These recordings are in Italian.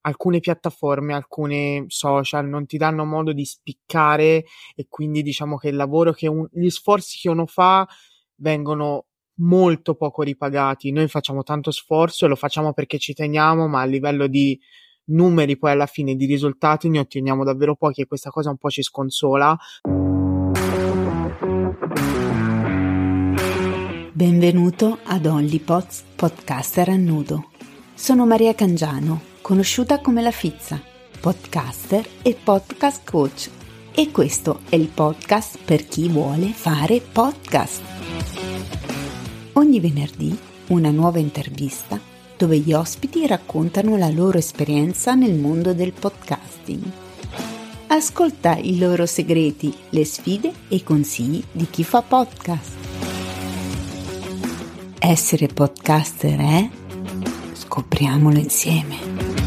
alcune piattaforme, alcune social non ti danno modo di spiccare, e quindi diciamo che il lavoro gli sforzi che uno fa vengono molto poco ripagati. Noi facciamo tanto sforzo e lo facciamo perché ci teniamo, ma a livello di numeri poi alla fine di risultati ne otteniamo davvero pochi, e questa cosa un po' ci sconsola. Benvenuto ad OnlyPods Podcaster a nudo. Sono Maria Cangiano, conosciuta come La Fizza, podcaster e podcast coach, e questo è il podcast per chi vuole fare podcast. Ogni venerdì una nuova intervista dove gli ospiti raccontano la loro esperienza nel mondo del podcasting. Ascolta i loro segreti, le sfide e i consigli di chi fa podcast. Essere podcaster è? Scopriamolo insieme.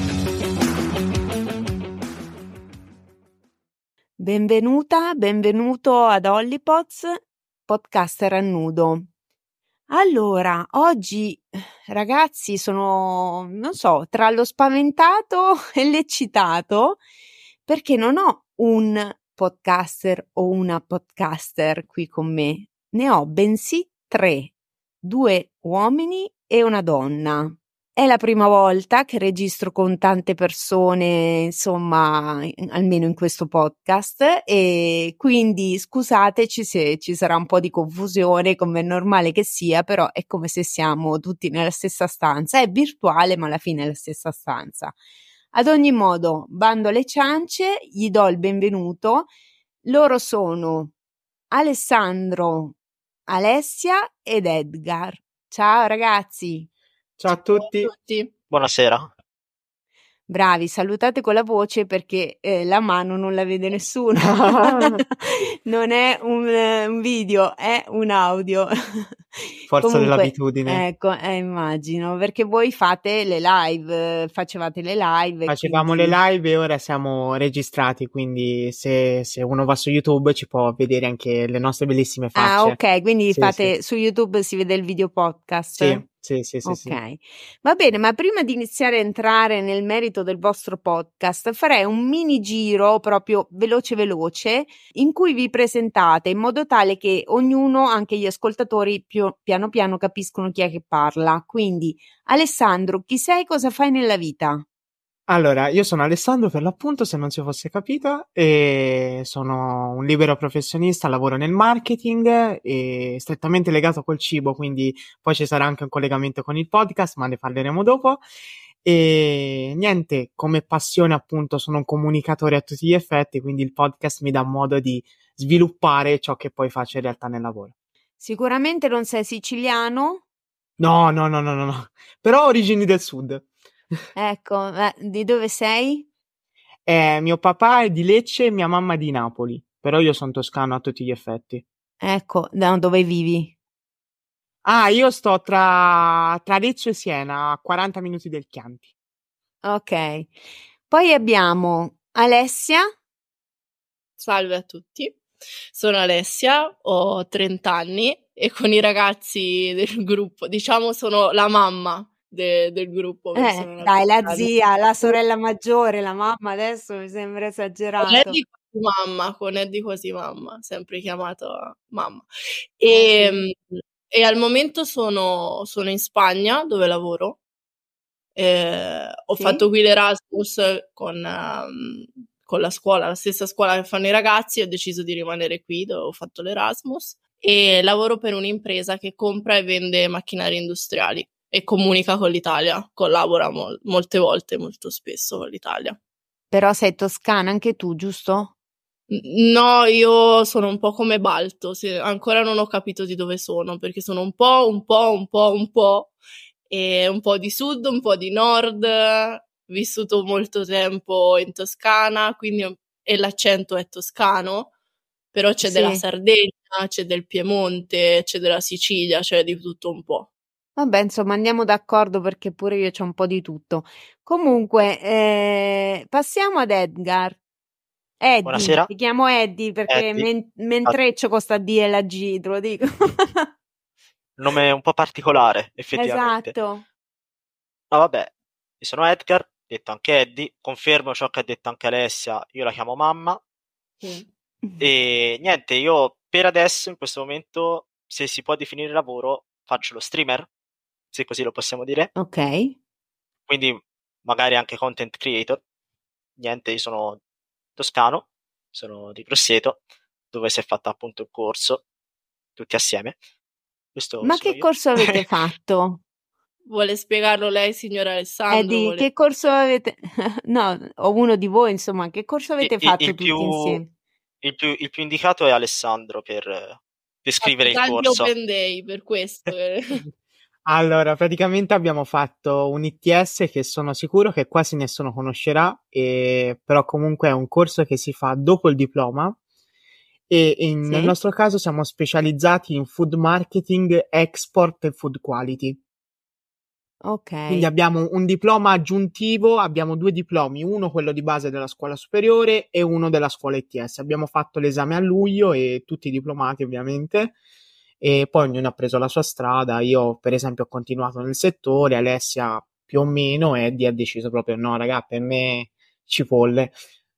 Benvenuto ad OnlyPods Podcaster a nudo. Allora, oggi ragazzi sono, non so, tra lo spaventato e l'eccitato, perché non ho un podcaster o una podcaster qui con me, ne ho bensì 3, 2 uomini e una donna. È la prima volta che registro con tante persone, insomma, almeno in questo podcast, e quindi scusateci se ci sarà un po' di confusione, come è normale che sia, però è come se siamo tutti nella stessa stanza. È virtuale, ma alla fine è la stessa stanza. Ad ogni modo, bando alle ciance, gli do il benvenuto. Loro sono Alessandro, Alessia ed Edgar. Ciao ragazzi. Ciao a tutti. Buonasera. Bravi, salutate con la voce perché la mano non la vede nessuno. Non è un video, è un audio. Forza Comunque, dell'abitudine. Ecco, immagino, perché voi fate le live, facevate le live. Facevamo quindi... le live e ora siamo registrati, quindi se uno va su YouTube ci può vedere anche le nostre bellissime facce. Ah, ok, quindi sì, fate sì. su YouTube, si vede il video podcast? Sì. Ok, Sì. Va bene, ma prima di iniziare a entrare nel merito del vostro podcast, farei un mini giro proprio veloce in cui vi presentate in modo tale che ognuno, anche gli ascoltatori, piano piano capiscono chi è che parla. Quindi, Alessandro, chi sei, cosa fai nella vita? Allora, io sono Alessandro per l'appunto, se non si fosse capito, e sono un libero professionista, lavoro nel marketing e strettamente legato col cibo, quindi poi ci sarà anche un collegamento con il podcast, ma ne parleremo dopo. E niente, come passione appunto sono un comunicatore a tutti gli effetti, quindi il podcast mi dà modo di sviluppare ciò che poi faccio in realtà nel lavoro. Sicuramente non sei siciliano? No, però ho origini del sud. Ecco, di dove sei? Mio papà è di Lecce e mia mamma è di Napoli, però io sono toscano a tutti gli effetti. Ecco, da dove vivi? Ah, io sto tra Lecce e Siena, a 40 minuti del Chianti. Ok. Poi abbiamo Alessia. Salve a tutti, sono Alessia, ho 30 anni e con i ragazzi del gruppo, diciamo sono la mamma del gruppo. Dai, la zia, la sorella maggiore, la mamma adesso mi sembra esagerato. Con Eddie quasi mamma, sempre chiamato mamma. E al momento sono in Spagna dove lavoro. Ho fatto qui l'Erasmus con la scuola, la stessa scuola che fanno i ragazzi, ho deciso di rimanere qui dove ho fatto l'Erasmus e lavoro per un'impresa che compra e vende macchinari industriali e comunica con l'Italia, collabora molte volte, molto spesso con l'Italia. Però sei toscana anche tu, giusto? No, io sono un po' come Balto, ancora non ho capito di dove sono, perché sono un po', e un po' di sud, un po' di nord, vissuto molto tempo in Toscana, e l'accento è toscano, però c'è della Sardegna, c'è del Piemonte, c'è della Sicilia, c'è di tutto un po'. Vabbè, insomma, andiamo d'accordo perché pure io c'ho un po' di tutto. Comunque, passiamo ad Edgar. Eddie, Buonasera. ti chiamo Eddie perché mentreccio con sta D e la G, te lo dico. Nome un po' particolare, effettivamente. Esatto. No, vabbè, io sono Edgar, detto anche Eddie, confermo ciò che ha detto anche Alessia, io la chiamo mamma. E niente, io per adesso, in questo momento, se si può definire lavoro, faccio lo streamer, se così lo possiamo dire. Ok. Quindi magari anche content creator. Niente, io sono toscano, sono di Grosseto, dove si è fatto appunto il corso, tutti assieme. Questo Ma sono che io. corso avete fatto? Vuole spiegarlo lei, signor Alessandro? Eddie, che corso avete? No, o uno di voi, insomma, che corso avete fatto tutti insieme? Il più indicato è Alessandro per descrivere il Tanti corso. open day, per questo. Allora, praticamente abbiamo fatto un ITS che sono sicuro che quasi nessuno conoscerà, però comunque è un corso che si fa dopo il diploma e nel Sì? nostro caso siamo specializzati in food marketing, export e food quality. Quindi Ok. abbiamo un diploma aggiuntivo, abbiamo 2 diplomi, uno quello di base della scuola superiore e uno della scuola ITS. Abbiamo fatto l'esame a luglio e tutti i diplomati ovviamente, e poi ognuno ha preso la sua strada. Io per esempio ho continuato nel settore, Alessia più o meno, e Eddie ha deciso proprio no, raga, per me cipolle.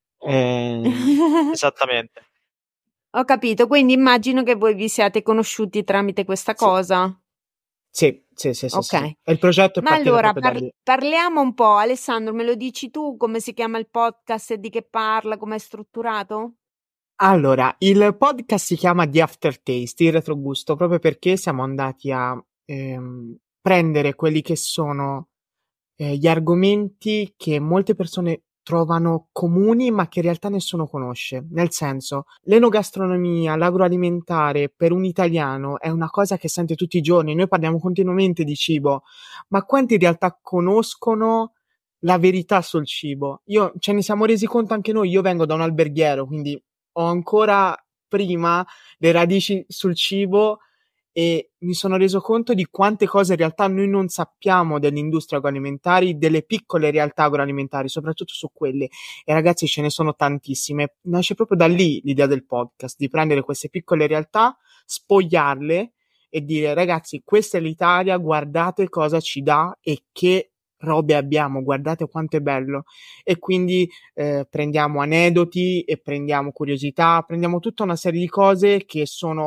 Esattamente. Ho capito, quindi immagino che voi vi siate conosciuti tramite questa Sì, cosa. sì. Ok. E il progetto è Ma partito allora proprio da lì. parliamo un po'. Alessandro, me lo dici tu come si chiama il podcast e di che parla, come è strutturato? Allora, il podcast si chiama The Aftertaste, il retrogusto, proprio perché siamo andati a prendere quelli che sono gli argomenti che molte persone trovano comuni, ma che in realtà nessuno conosce. Nel senso, l'enogastronomia, l'agroalimentare per un italiano è una cosa che sente tutti i giorni. Noi parliamo continuamente di cibo, ma quanti in realtà conoscono la verità sul cibo? Ce ne siamo resi conto anche noi. Io vengo da un alberghiero, quindi ho ancora prima le radici sul cibo e mi sono reso conto di quante cose in realtà noi non sappiamo dell'industria agroalimentare, delle piccole realtà agroalimentari, soprattutto su quelle. E ragazzi, ce ne sono tantissime. Nasce proprio da lì l'idea del podcast, di prendere queste piccole realtà, spogliarle e dire ragazzi, questa è l'Italia, guardate cosa ci dà e che robe abbiamo, guardate quanto è bello. E quindi prendiamo aneddoti e prendiamo curiosità, prendiamo tutta una serie di cose che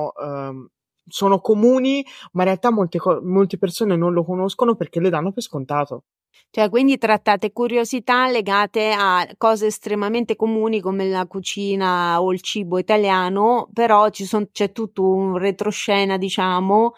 sono comuni, ma in realtà molte persone non lo conoscono perché le danno per scontato. Cioè, quindi trattate curiosità legate a cose estremamente comuni come la cucina o il cibo italiano, però c'è tutto un retroscena, diciamo,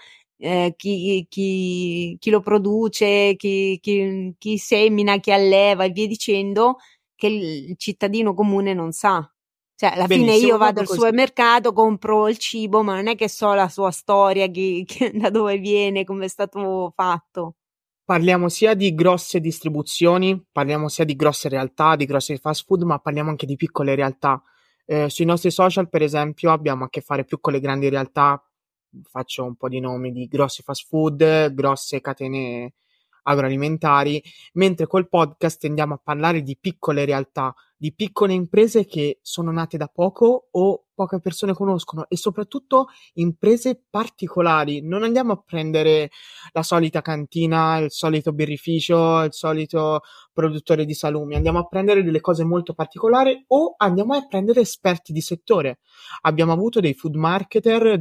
chi lo produce, chi semina, chi alleva e via dicendo, che il cittadino comune non sa. Cioè, alla fine Benissimo, io vado proprio al così. supermercato, compro il cibo, ma non è che so la sua storia, da dove viene, come è stato fatto. Parliamo sia di grosse distribuzioni, parliamo sia di grosse realtà, di grossi fast food, ma parliamo anche di piccole realtà. Sui nostri social, per esempio, abbiamo a che fare più con le grandi realtà. Faccio un po' di nomi di grossi fast food, grosse catene agroalimentari, mentre col podcast tendiamo a parlare di piccole realtà, di piccole imprese che sono nate da poco o poche persone conoscono e soprattutto imprese particolari. Non andiamo a prendere la solita cantina, il solito birrificio, il solito produttore di salumi, andiamo a prendere delle cose molto particolari o andiamo a prendere esperti di settore. Abbiamo avuto dei food marketer,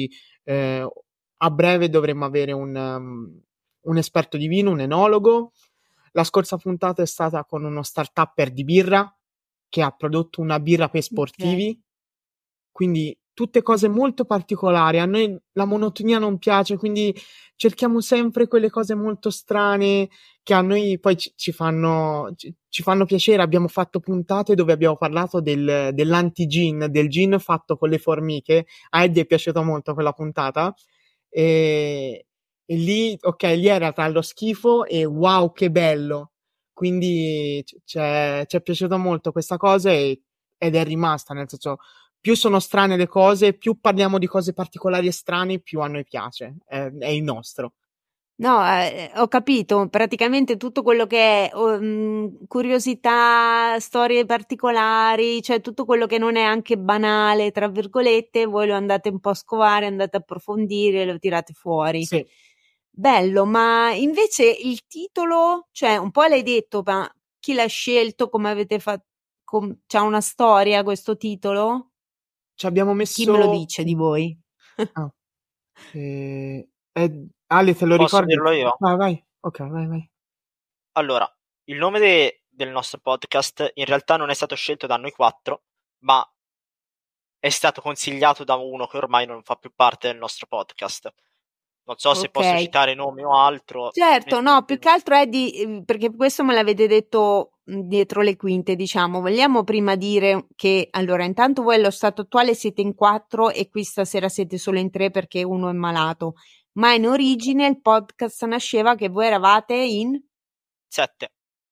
a breve dovremmo avere un esperto di vino, un enologo. La scorsa puntata è stata con uno start-upper di birra che ha prodotto una birra per sportivi. Quindi tutte cose molto particolari. A noi la monotonia non piace, quindi cerchiamo sempre quelle cose molto strane che a noi poi ci fanno piacere. Abbiamo fatto puntate dove abbiamo parlato dell'anti-gin, del gin fatto con le formiche. A Eddie è piaciuta molto quella puntata. E lì, ok, lì era tra lo schifo e wow, che bello. Quindi ci è piaciuta molto questa cosa ed è rimasta, nel senso, più sono strane le cose, più parliamo di cose particolari e strane, più a noi piace. È il nostro. No, ho capito, praticamente tutto quello che è curiosità, storie particolari, cioè tutto quello che non è anche banale, tra virgolette, voi lo andate un po' a scovare, andate a approfondire, lo tirate fuori. Sì. Bello, ma invece il titolo, cioè un po' l'hai detto, ma chi l'ha scelto, come avete fatto, c'ha una storia questo titolo? Ci abbiamo Chi me lo messo... dice di voi? Ah, Ale, te lo Posso ricordi? dirlo io? Vai. Ok, vai. Allora, il nome del nostro podcast in realtà non è stato scelto da noi 4, ma è stato consigliato da uno che ormai non fa più parte del nostro podcast. Non so se posso Ok. citare nomi o altro. Certo, no, più che altro è perché questo me l'avete detto dietro le quinte, diciamo. Vogliamo prima dire che, allora, intanto voi allo stato attuale siete in 4 e qui stasera siete solo in 3 perché uno è malato, ma in origine il podcast nasceva che voi eravate in 7.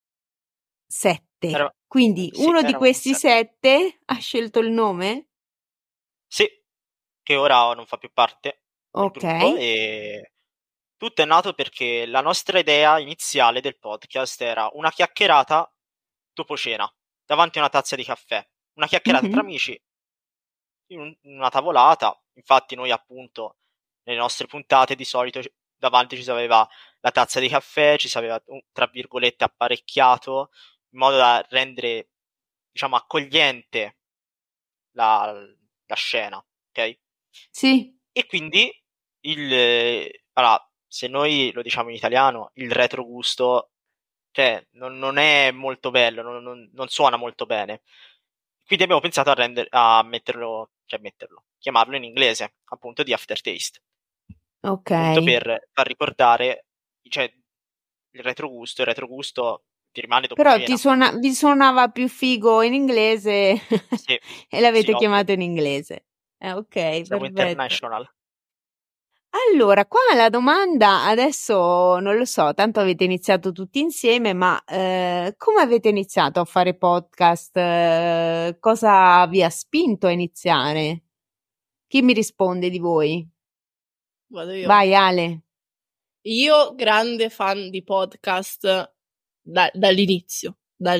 7. Quindi sì, uno di eravamo in questi 7. 7 ha scelto il nome? Sì, che ora non fa più parte del Ok. gruppo, e tutto è nato perché la nostra idea iniziale del podcast era una chiacchierata dopo cena, davanti a una tazza di caffè, una chiacchierata tra amici, in una tavolata. Infatti noi appunto nelle nostre puntate di solito davanti ci si aveva la tazza di caffè, ci si aveva tra virgolette apparecchiato in modo da rendere, diciamo, accogliente la scena, ok? Sì. E quindi allora, se noi lo diciamo in italiano, il retrogusto, cioè, non è molto bello, non suona molto bene. Quindi abbiamo pensato a chiamarlo in inglese, appunto di Aftertaste. Ok. Appunto per far ricordare, cioè, il retrogusto ti rimane dopo Però cena. vi suonava più figo in inglese Sì, e l'avete sì, ovvio. chiamato in inglese. Ok, Siamo perfetto. international. Allora, qua la domanda adesso non lo so, tanto avete iniziato tutti insieme, ma come avete iniziato a fare podcast? Cosa vi ha spinto a iniziare? Chi mi risponde di voi? Vado io. Vai, Ale. Io grande fan di podcast dall'inizio.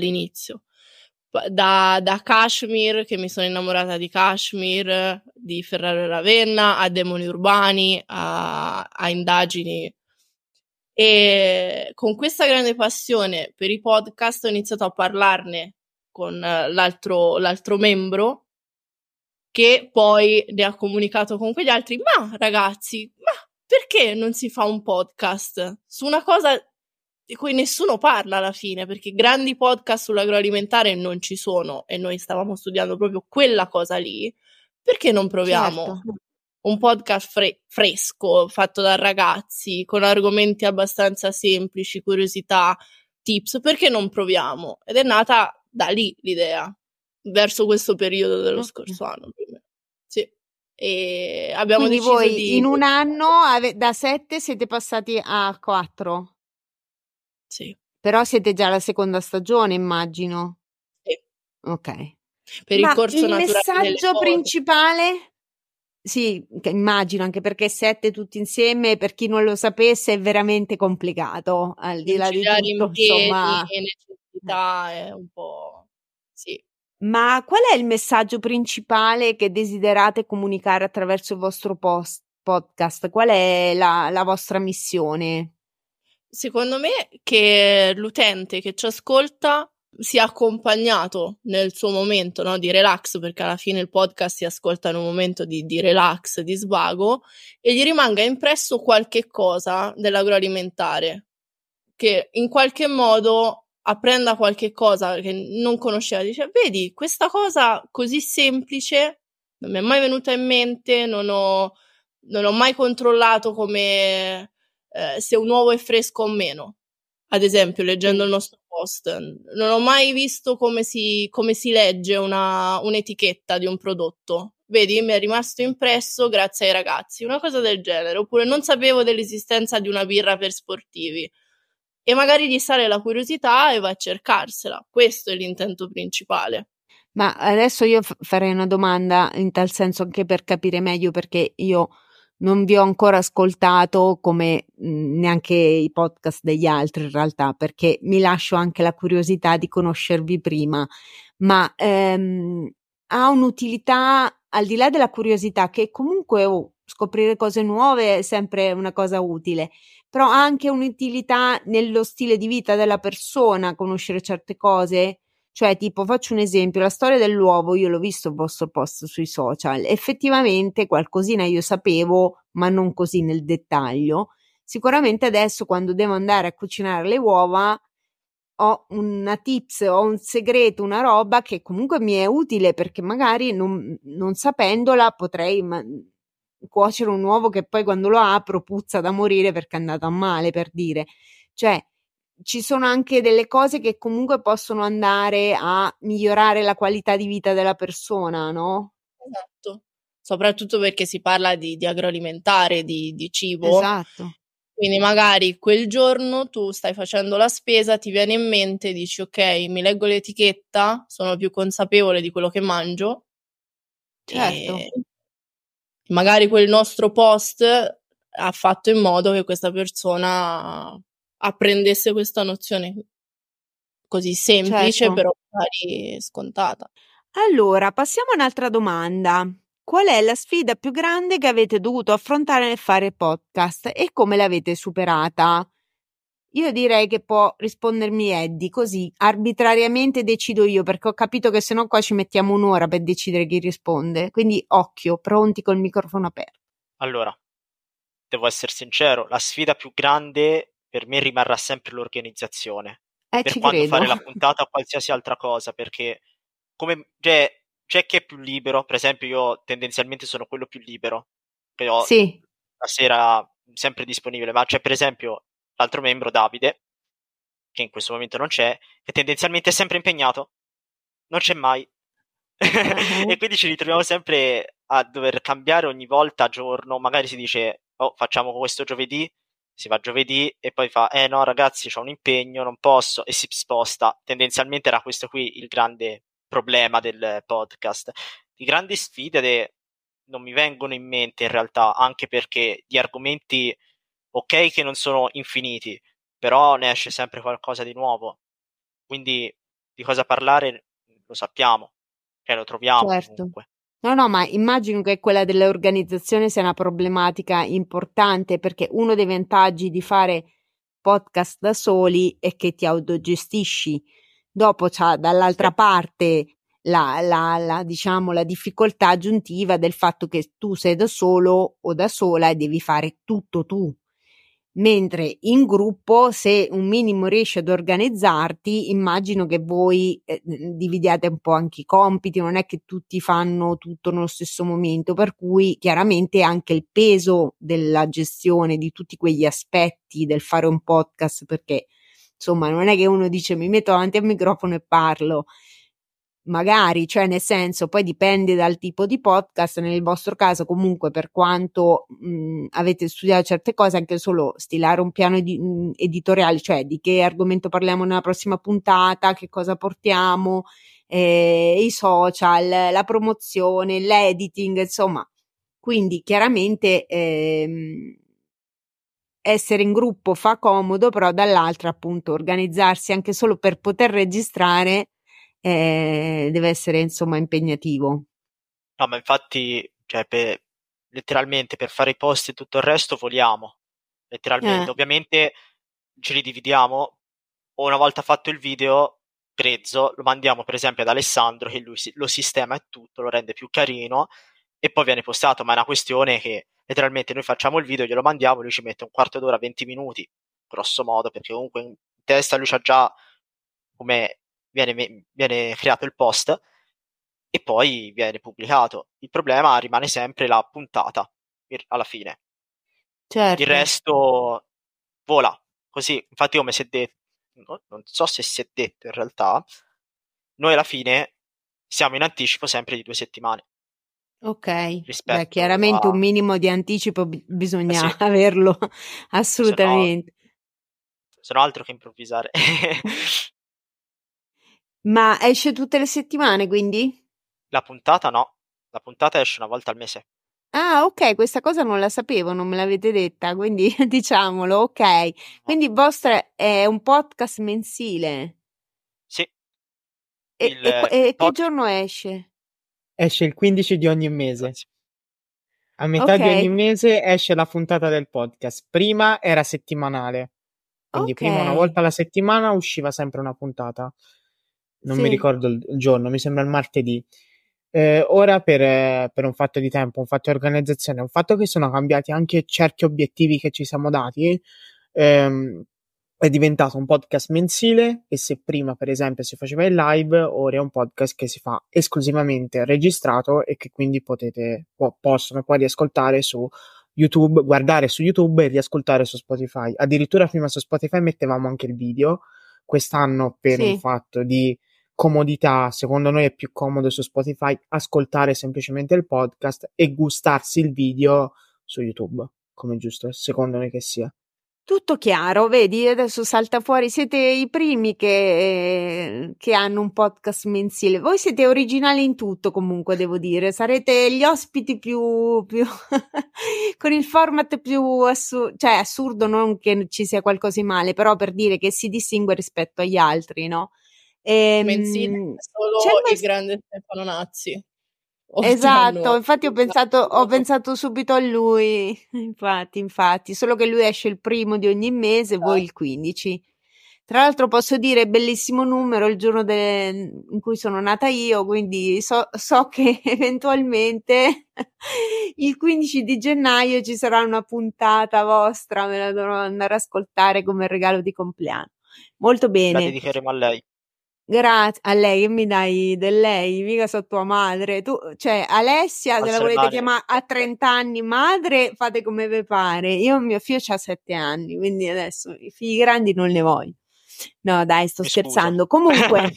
Da Kashmir, che mi sono innamorata di Kashmir, di Ferraro e Ravenna, a Demoni Urbani, a Indagini. E con questa grande passione per i podcast ho iniziato a parlarne con l'altro membro, che poi ne ha comunicato con quegli altri. Ma ragazzi, ma perché non si fa un podcast su una cosa di cui nessuno parla alla fine? Perché grandi podcast sull'agroalimentare non ci sono e noi stavamo studiando proprio quella cosa lì. Perché non proviamo Certo. un podcast fresco, fatto da ragazzi, con argomenti abbastanza semplici, curiosità, tips? Perché non proviamo? Ed è nata da lì l'idea, verso questo periodo dello scorso anno. Sì. E abbiamo Quindi deciso voi in un anno da 7 siete passati a 4. Sì. Però siete già alla seconda stagione, immagino. Sì. Ok. Per il corso il naturale delle messaggio cose. principale? Sì, immagino, anche perché 7 tutti insieme, per chi non lo sapesse, è veramente complicato, al di là di Conciliare tutto, impegni insomma. e necessità è un po'... Sì. Ma qual è il messaggio principale che desiderate comunicare attraverso il vostro podcast? Qual è la vostra missione? Secondo me che l'utente che ci ascolta sia accompagnato nel suo momento, no, di relax, perché alla fine il podcast si ascolta in un momento di relax, di svago, e gli rimanga impresso qualche cosa dell'agroalimentare, che in qualche modo apprenda qualche cosa che non conosceva. Dice, vedi, questa cosa così semplice non mi è mai venuta in mente, non ho mai controllato come se un uovo è fresco o meno. Ad esempio, leggendo il nostro post, non ho mai visto come si legge un'etichetta di un prodotto. Vedi, mi è rimasto impresso grazie ai ragazzi, una cosa del genere. Oppure non sapevo dell'esistenza di una birra per sportivi. E magari gli sale la curiosità e va a cercarsela. Questo è l'intento principale. Ma adesso io farei una domanda in tal senso, anche per capire meglio, perché io non vi ho ancora ascoltato come neanche i podcast degli altri in realtà, perché mi lascio anche la curiosità di conoscervi prima, ma ha un'utilità al di là della curiosità, che comunque scoprire cose nuove è sempre una cosa utile, però ha anche un'utilità nello stile di vita della persona, conoscere certe cose. Cioè, tipo, faccio un esempio, la storia dell'uovo, io l'ho visto il vostro post sui social, effettivamente qualcosina io sapevo, ma non così nel dettaglio. Sicuramente adesso quando devo andare a cucinare le uova ho una tips, ho un segreto, una roba che comunque mi è utile, perché magari non sapendola potrei cuocere un uovo che poi quando lo apro puzza da morire perché è andato a male, per dire. Cioè, ci sono anche delle cose che comunque possono andare a migliorare la qualità di vita della persona, no? Esatto. Soprattutto perché si parla di agroalimentare, di cibo. Esatto. Quindi magari quel giorno tu stai facendo la spesa, ti viene in mente, dici ok, mi leggo l'etichetta, sono più consapevole di quello che mangio. Certo. E magari quel nostro post ha fatto in modo che questa persona apprendesse questa nozione così semplice, Certo. però magari scontata. Allora, passiamo a un'altra domanda. Qual è la sfida più grande che avete dovuto affrontare nel fare podcast e come l'avete superata? Io direi che può rispondermi Eddie, così arbitrariamente decido io, perché ho capito che sennò qua ci mettiamo un'ora per decidere chi risponde. Quindi occhio, pronti col microfono aperto. Allora, devo essere sincero, la sfida più grande per me rimarrà sempre l'organizzazione. Per Ci quando credo. fare la puntata o qualsiasi altra cosa, perché come c'è chi è più libero, per esempio io tendenzialmente sono quello più libero, che ho Sì. la sera sempre disponibile, ma c'è per esempio l'altro membro, Davide, che in questo momento non c'è, che tendenzialmente è sempre impegnato, non c'è mai. E quindi ci ritroviamo sempre a dover cambiare ogni volta a giorno, magari si dice oh facciamo questo giovedì, si va giovedì e poi fa no ragazzi c'ho un impegno, non posso, e si sposta. Tendenzialmente era questo qui il grande problema del podcast. Di grandi sfide non mi vengono in mente in realtà, anche perché gli argomenti ok che non sono infiniti, però ne esce sempre qualcosa di nuovo, quindi di cosa parlare lo sappiamo, cioè lo troviamo Certo. comunque. No, ma immagino che quella dell'organizzazione sia una problematica importante, perché uno dei vantaggi di fare podcast da soli è che ti autogestisci. Dopo c'ha dall'altra parte diciamo, la difficoltà aggiuntiva del fatto che tu sei da solo o da sola e devi fare tutto tu. Mentre in gruppo, se un minimo riesci ad organizzarti, immagino che voi dividiate un po' anche i compiti, non è che tutti fanno tutto nello stesso momento, per cui chiaramente anche il peso della gestione di tutti quegli aspetti del fare un podcast, perché insomma non è che uno dice mi metto davanti al microfono e parlo. Magari, cioè nel senso, poi dipende dal tipo di podcast. Nel vostro caso comunque, per quanto avete studiato certe cose, anche solo stilare un piano editoriale, cioè di che argomento parliamo nella prossima puntata, che cosa portiamo, i social, la promozione, l'editing, insomma. Quindi chiaramente essere in gruppo fa comodo, però dall'altra appunto organizzarsi anche solo per poter registrare deve essere insomma impegnativo. No, ma infatti, cioè, letteralmente per fare i post e tutto il resto voliamo, letteralmente. Ovviamente ce li dividiamo, o una volta fatto il video grezzo, lo mandiamo per esempio ad Alessandro, che lui lo sistema e tutto, lo rende più carino, e poi viene postato, ma è una questione che letteralmente noi facciamo il video, glielo mandiamo, lui ci mette un quarto d'ora, 20 minuti, grosso modo, perché comunque in testa lui c'ha già come viene creato il post e poi viene pubblicato. Il problema rimane sempre la puntata alla fine. Certo. Il resto vola così. Infatti, come si è detto, non so se si è detto in realtà, noi alla fine siamo in anticipo sempre di 2 settimane. Ok, Rispetto chiaramente un minimo di anticipo bisogna sì, averlo, assolutamente. Se no altro che improvvisare. Ma esce tutte le settimane, quindi? La puntata no, la puntata esce una volta al mese. Ah, ok, questa cosa non la sapevo, non me l'avete detta, quindi diciamolo, ok. Quindi il vostro è un podcast mensile. Sì. E che giorno esce? Esce il 15 di ogni mese. Grazie. A metà di ogni Ok, mese esce la puntata del podcast. Prima era settimanale, quindi ok, prima una volta alla settimana usciva sempre una puntata. Non mi sì, ricordo il giorno, mi sembra il martedì. Ora per un fatto di tempo, un fatto di organizzazione, un fatto che sono cambiati anche certi obiettivi che ci siamo dati, ehm, è diventato un podcast mensile e se prima, per esempio, si faceva in live, ora è un podcast che si fa esclusivamente registrato e che quindi possono poi riascoltare su YouTube, guardare su YouTube e riascoltare su Spotify. Addirittura prima su Spotify mettevamo anche il video, quest'anno per un sì. fatto di comodità, secondo noi è più comodo su Spotify ascoltare semplicemente il podcast e gustarsi il video su YouTube, come giusto, secondo me che sia. Tutto chiaro, vedi, adesso salta fuori, siete i primi che hanno un podcast mensile. Voi siete originali in tutto, comunque, devo dire. Sarete gli ospiti più con il format più cioè assurdo, non che ci sia qualcosa di male, però per dire che si distingue rispetto agli altri, no? Mensile è C'è solo mai il grande Stefano Nazzi, oltre a Esatto, noi. infatti ho pensato subito a lui, infatti, solo che lui esce il primo di ogni mese, voi il 15. Tra l'altro posso dire, bellissimo numero, il giorno in cui sono nata io, quindi so che eventualmente il 15 di gennaio ci sarà una puntata vostra, me la dovrò andare ad ascoltare come regalo di compleanno. Molto La bene. dedicheremo a lei. Grazie a lei che mi dai del lei, mica so tua madre. Tu, cioè, Alessia, se la Alza le volete mani. chiamare a 30 anni madre, fate come vi pare. Io, mio figlio ha 7 anni, quindi adesso i figli grandi non ne voglio. No, dai, sto Mi scuso. scherzando. Comunque,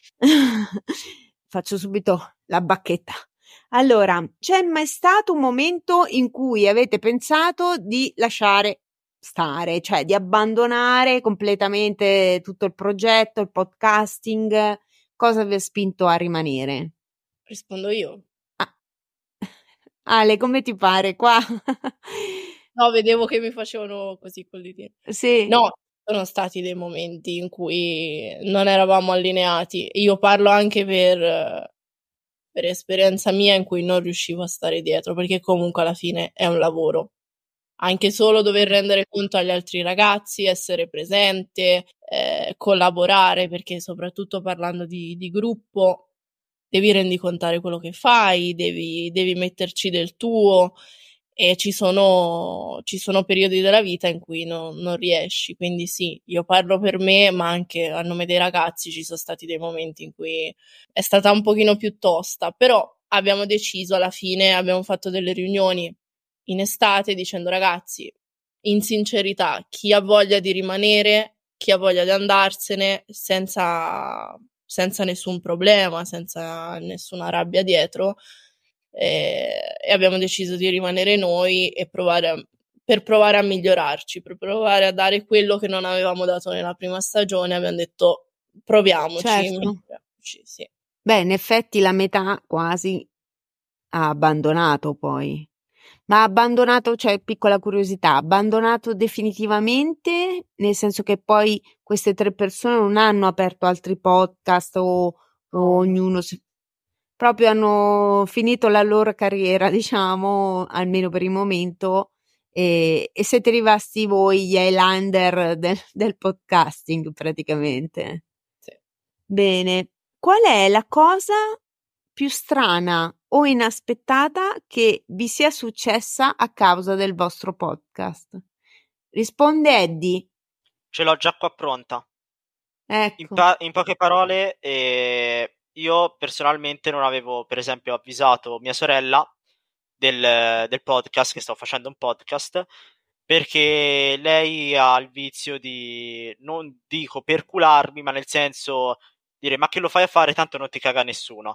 faccio subito la bacchetta. Allora, c'è mai stato un momento in cui avete pensato di lasciare stare, cioè di abbandonare completamente tutto il progetto, il podcasting? Cosa vi ha spinto a rimanere? Rispondo io. Ah. Ale, come ti pare qua? No, vedevo che mi facevano così col ditino. Sì, No, sono stati dei momenti in cui non eravamo allineati. Io parlo anche per esperienza mia in cui non riuscivo a stare dietro, perché comunque alla fine è un lavoro. Anche solo dover rendere conto agli altri ragazzi, essere presente, collaborare, perché soprattutto parlando di gruppo devi rendicontare quello che fai, devi metterci del tuo e ci sono periodi della vita in cui non riesci. Quindi sì, io parlo per me, ma anche a nome dei ragazzi ci sono stati dei momenti in cui è stata un pochino più tosta, però abbiamo deciso alla fine, abbiamo fatto delle riunioni in estate dicendo ragazzi, in sincerità, chi ha voglia di rimanere, chi ha voglia di andarsene senza nessun problema, senza nessuna rabbia dietro, e abbiamo deciso di rimanere noi e per provare a migliorarci, per provare a dare quello che non avevamo dato nella prima stagione, abbiamo detto proviamoci, certo. miglioriamoci, sì. Beh, in effetti la metà quasi ha abbandonato poi. Ma ha abbandonato, cioè, piccola curiosità, ha abbandonato definitivamente, nel senso che poi queste 3 persone non hanno aperto altri podcast o ognuno proprio hanno finito la loro carriera, diciamo, almeno per il momento, e siete rimasti voi gli Highlander del podcasting praticamente. Sì. Bene, qual è la cosa più strana o inaspettata che vi sia successa a causa del vostro podcast? Risponde Eddie. Ce l'ho già qua pronta. Ecco. In poche parole, io personalmente non avevo, per esempio, avvisato mia sorella del podcast, che sto facendo un podcast, perché lei ha il vizio di, non dico percularmi, ma nel senso dire ma che lo fai a fare, tanto non ti caga nessuno.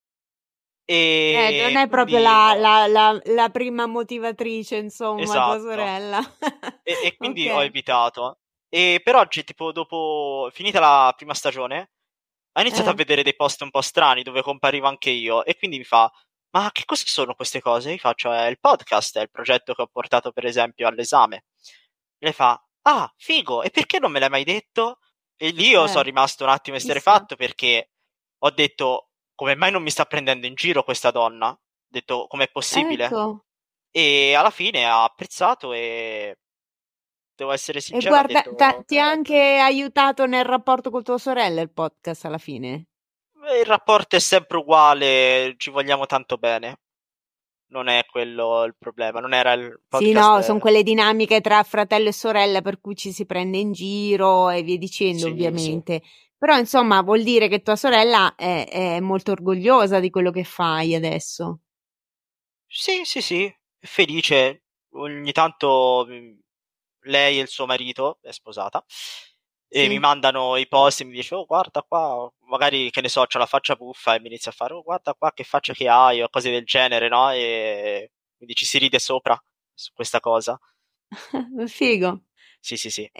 Non E è proprio quindi no, la prima motivatrice, insomma, tua esatto. sorella. E quindi ho Ok. evitato. E per oggi, tipo, dopo finita la prima stagione, ha iniziato a Eh, vedere dei post un po' strani dove comparivo anche io e quindi mi fa: ma che cosa sono queste cose? Io faccio: è il podcast, è il progetto che ho portato per esempio all'esame. E lei fa: ah, figo, e perché non me l'hai mai detto? E lì io sono rimasto un attimo chissà. esterrefatto perché ho detto: come mai non mi sta prendendo in giro questa donna? Ho detto: com'è possibile? Ecco. e alla fine ha apprezzato e devo essere E sincero, ha guarda, detto ti ha anche aiutato nel rapporto con tua sorella il podcast alla fine? il rapporto è sempre uguale, ci vogliamo tanto bene. Non è quello il problema, non era il Sì, podcast. no, sono quelle dinamiche tra fratello e sorella per cui ci si prende in giro e via dicendo, Sì, ovviamente. Però, insomma, vuol dire che tua sorella è molto orgogliosa di quello che fai adesso. sì, sì, sì, è felice. Ogni tanto lei e il suo marito, è sposata, e mi Sì. mandano i post e mi dice, oh guarda qua, magari che ne so, c'ho la faccia buffa e mi inizia a fare, oh guarda qua che faccia che hai, o cose del genere, no? E quindi ci si ride sopra su questa cosa. Figo. Sì, sì, sì.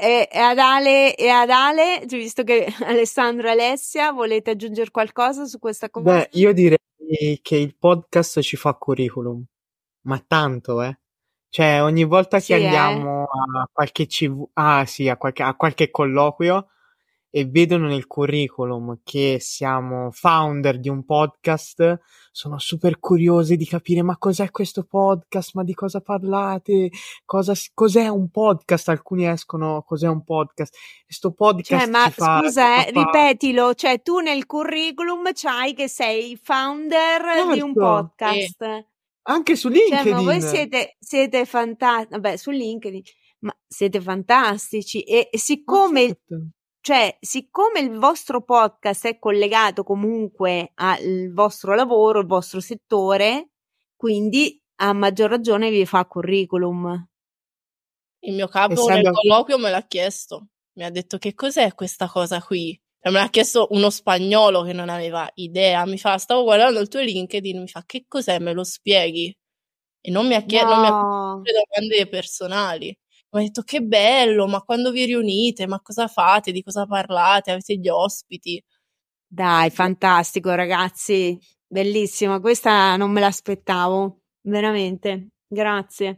E ad Ale, visto che Alessandro e Alessia, volete aggiungere qualcosa su questa cosa? Beh, io direi che il podcast ci fa curriculum, ma tanto, eh. Cioè, ogni volta che Sì, andiamo a qualche sì, a qualche colloquio e vedono nel curriculum che siamo founder di un podcast, sono super curiosi di capire ma cos'è questo podcast, ma di cosa parlate, cos'è un podcast, alcuni escono, cos'è un podcast, questo Cioè, podcast ma ci scusa, fa fare, ripetilo, cioè tu nel curriculum c'hai che sei founder di un certo, Sì. podcast. anche su Cioè, ma voi LinkedIn, siete fantastici, vabbè, su LinkedIn, ma siete fantastici. E ma siccome, certo. cioè, siccome il vostro podcast è collegato comunque al vostro lavoro, il vostro settore, quindi a maggior ragione vi fa curriculum. Il mio capo nel Essendo colloquio me l'ha chiesto. Mi ha detto che cos'è questa cosa qui? E me l'ha chiesto uno spagnolo che non aveva idea. Mi fa, stavo guardando il tuo LinkedIn, mi fa, che cos'è? Me lo spieghi? E non mi ha fatto No, domande personali. Mi ha detto, che bello, ma quando vi riunite? Ma cosa fate? Di cosa parlate? Avete gli ospiti? dai, fantastico, ragazzi, bellissima. Questa non me l'aspettavo, veramente. Grazie.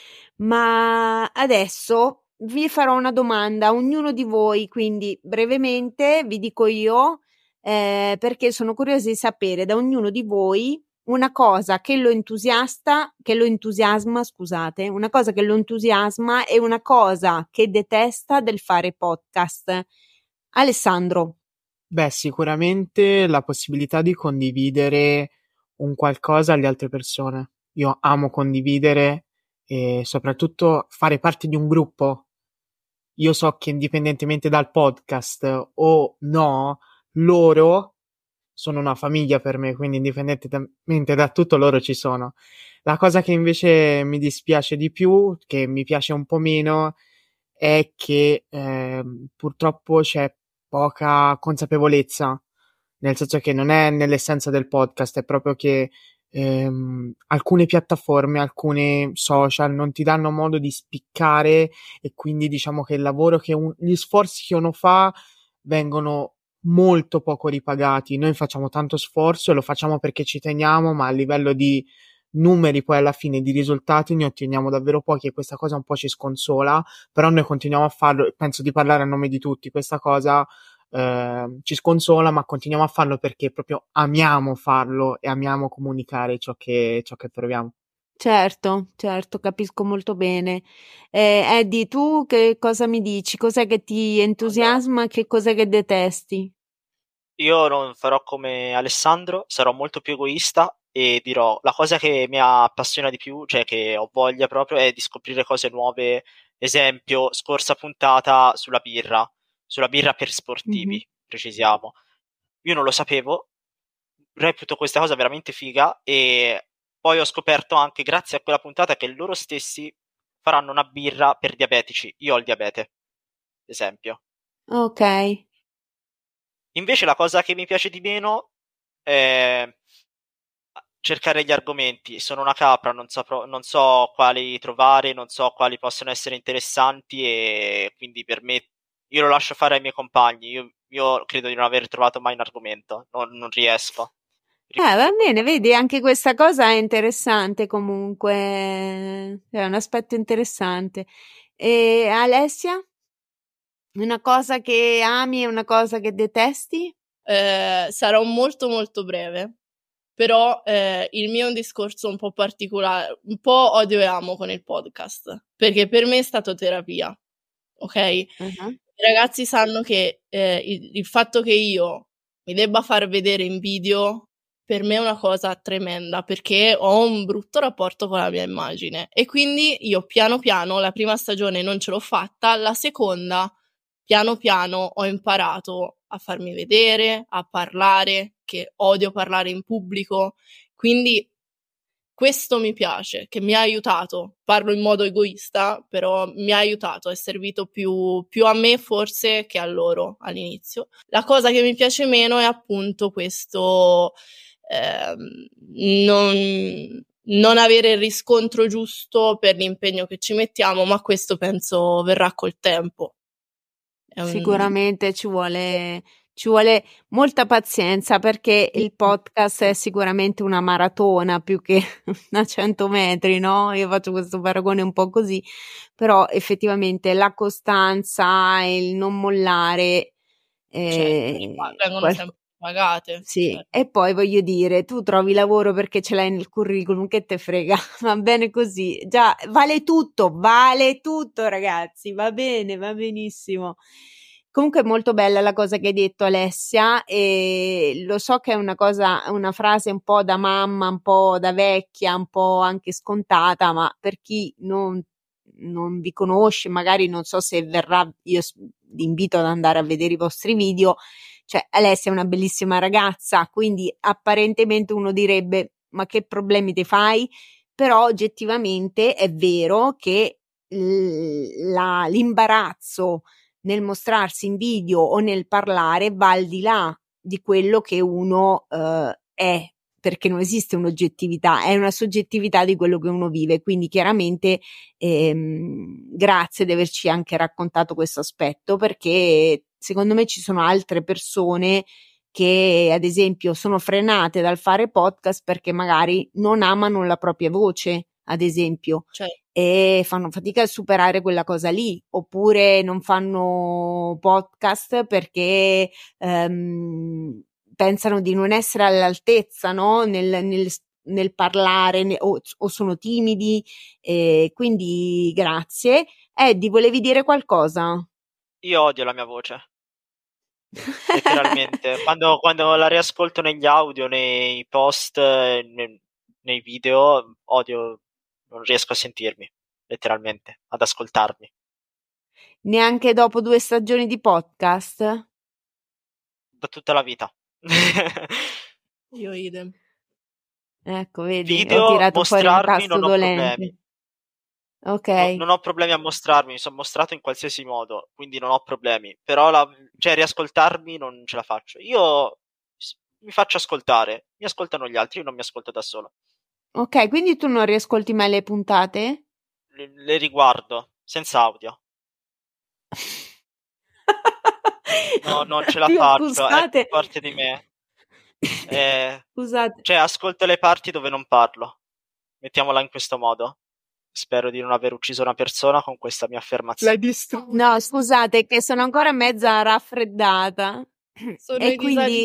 Ma adesso vi farò una domanda a ognuno di voi, quindi brevemente vi dico io, perché sono curiosa di sapere da ognuno di voi una cosa che lo entusiasma, scusate, una cosa che lo entusiasma e una cosa che detesta del fare podcast. Alessandro. Beh, sicuramente la possibilità di condividere un qualcosa alle altre persone. Io amo condividere e soprattutto fare parte di un gruppo. Io so che indipendentemente dal podcast o no, loro sono una famiglia per me, quindi indipendentemente da tutto loro ci sono. La cosa che invece mi dispiace di più, che mi piace un po' meno, è che purtroppo c'è poca consapevolezza, nel senso che non è nell'essenza del podcast, è proprio che alcune piattaforme, alcuni social non ti danno modo di spiccare e quindi diciamo che il lavoro gli sforzi che uno fa vengono molto poco ripagati. Noi facciamo tanto sforzo e lo facciamo perché ci teniamo, ma a livello di numeri poi alla fine di risultati ne otteniamo davvero pochi e questa cosa un po' ci sconsola, però noi continuiamo a farlo e penso di parlare a nome di tutti. Questa cosa ci sconsola, ma continuiamo a farlo perché proprio amiamo farlo e amiamo comunicare ciò che proviamo. Certo, certo, capisco molto bene. Eddie, tu che cosa mi dici? Cos'è che ti Allora, entusiasma? Che cos'è che detesti? io non farò come Alessandro, sarò molto più egoista e dirò la cosa che mi appassiona di più, cioè che ho voglia proprio, è di scoprire cose nuove. Esempio, scorsa puntata sulla birra per Mhm. sportivi, precisiamo. Io non lo sapevo, reputo questa cosa veramente figa e poi ho scoperto anche grazie a quella puntata che loro stessi faranno una birra per diabetici. Io ho il diabete, ad esempio. Ok. Invece la cosa che mi piace di meno è cercare gli argomenti. Sono una capra, non so quali trovare, non so quali possono essere interessanti e quindi per me io lo lascio fare ai miei compagni. Io credo di non aver trovato mai un argomento, non riesco. Va Rifiuto bene, completamente. vedi, anche questa cosa è interessante comunque, è un aspetto interessante. E Alessia, una cosa che ami e una cosa che detesti? Sarò molto molto breve. però il mio è un discorso un po' particolare, un po' odio e amo con il podcast, perché per me è stato terapia, ok? Uh-huh. I ragazzi sanno che il fatto che io mi debba far vedere in video per me è una cosa tremenda, perché ho un brutto rapporto con la mia immagine e quindi io piano piano la prima stagione non ce l'ho fatta, la seconda piano piano ho imparato a farmi vedere, a parlare, che odio parlare in pubblico, quindi questo mi piace, che mi ha aiutato, parlo in modo egoista, però mi ha aiutato, è servito più a me forse che a loro all'inizio. La cosa che mi piace meno è appunto questo non avere il riscontro giusto per l'impegno che ci mettiamo, ma questo penso verrà col tempo. Sicuramente ci vuole molta pazienza, perché il podcast è sicuramente una maratona più che a 100 metri, no? Io faccio questo paragone un po' così, però effettivamente la costanza e il non mollare, vengono sempre pagate. sì, certo. E poi voglio dire, tu trovi lavoro perché ce l'hai nel curriculum, che te frega, va bene così, già vale tutto ragazzi, va bene, va benissimo. Comunque è molto bella la cosa che hai detto, Alessia, e lo so che è una frase un po' da mamma, un po' da vecchia, un po' anche scontata, ma per chi non vi conosce, magari non so se verrà, io vi invito ad andare a vedere i vostri video. Cioè, Alessia è una bellissima ragazza, quindi apparentemente uno direbbe: ma che problemi te fai? Però oggettivamente è vero che l'imbarazzo nel mostrarsi in video o nel parlare va al di là di quello che uno è, perché non esiste un'oggettività, è una soggettività di quello che uno vive. Quindi chiaramente grazie di averci anche raccontato questo aspetto, perché secondo me ci sono altre persone che ad esempio sono frenate dal fare podcast perché magari non amano la propria voce, ad esempio, e fanno fatica a superare quella cosa lì, oppure non fanno podcast perché pensano di non essere all'altezza, no? Nel parlare, o sono timidi, quindi grazie. Eddie, volevi dire qualcosa? Io odio la mia voce. Letteralmente, quando la riascolto negli audio, nei post, nei video, odio, non riesco a sentirmi, letteralmente, ad ascoltarmi. Neanche dopo 2 stagioni di podcast? Da tutta la vita. Io idem. Ecco, vedi, Video, ho tirato fuori un mostrarmi, tasto non ho dolente. problemi. Ok. Non ho problemi a mostrarmi, mi sono mostrato in qualsiasi modo, quindi non ho problemi. Però riascoltarmi non ce la faccio. Io mi faccio ascoltare, mi ascoltano gli altri, io non mi ascolto da solo. Ok, quindi tu non riascolti mai le puntate? Le riguardo, senza audio. No, non ce la faccio, Scusate. è parte di me. Scusate. Cioè, ascolto le parti dove non parlo. Mettiamola in questo modo. Spero di non aver ucciso una persona con questa mia affermazione. No, scusate, che sono ancora mezza raffreddata. Sono e quindi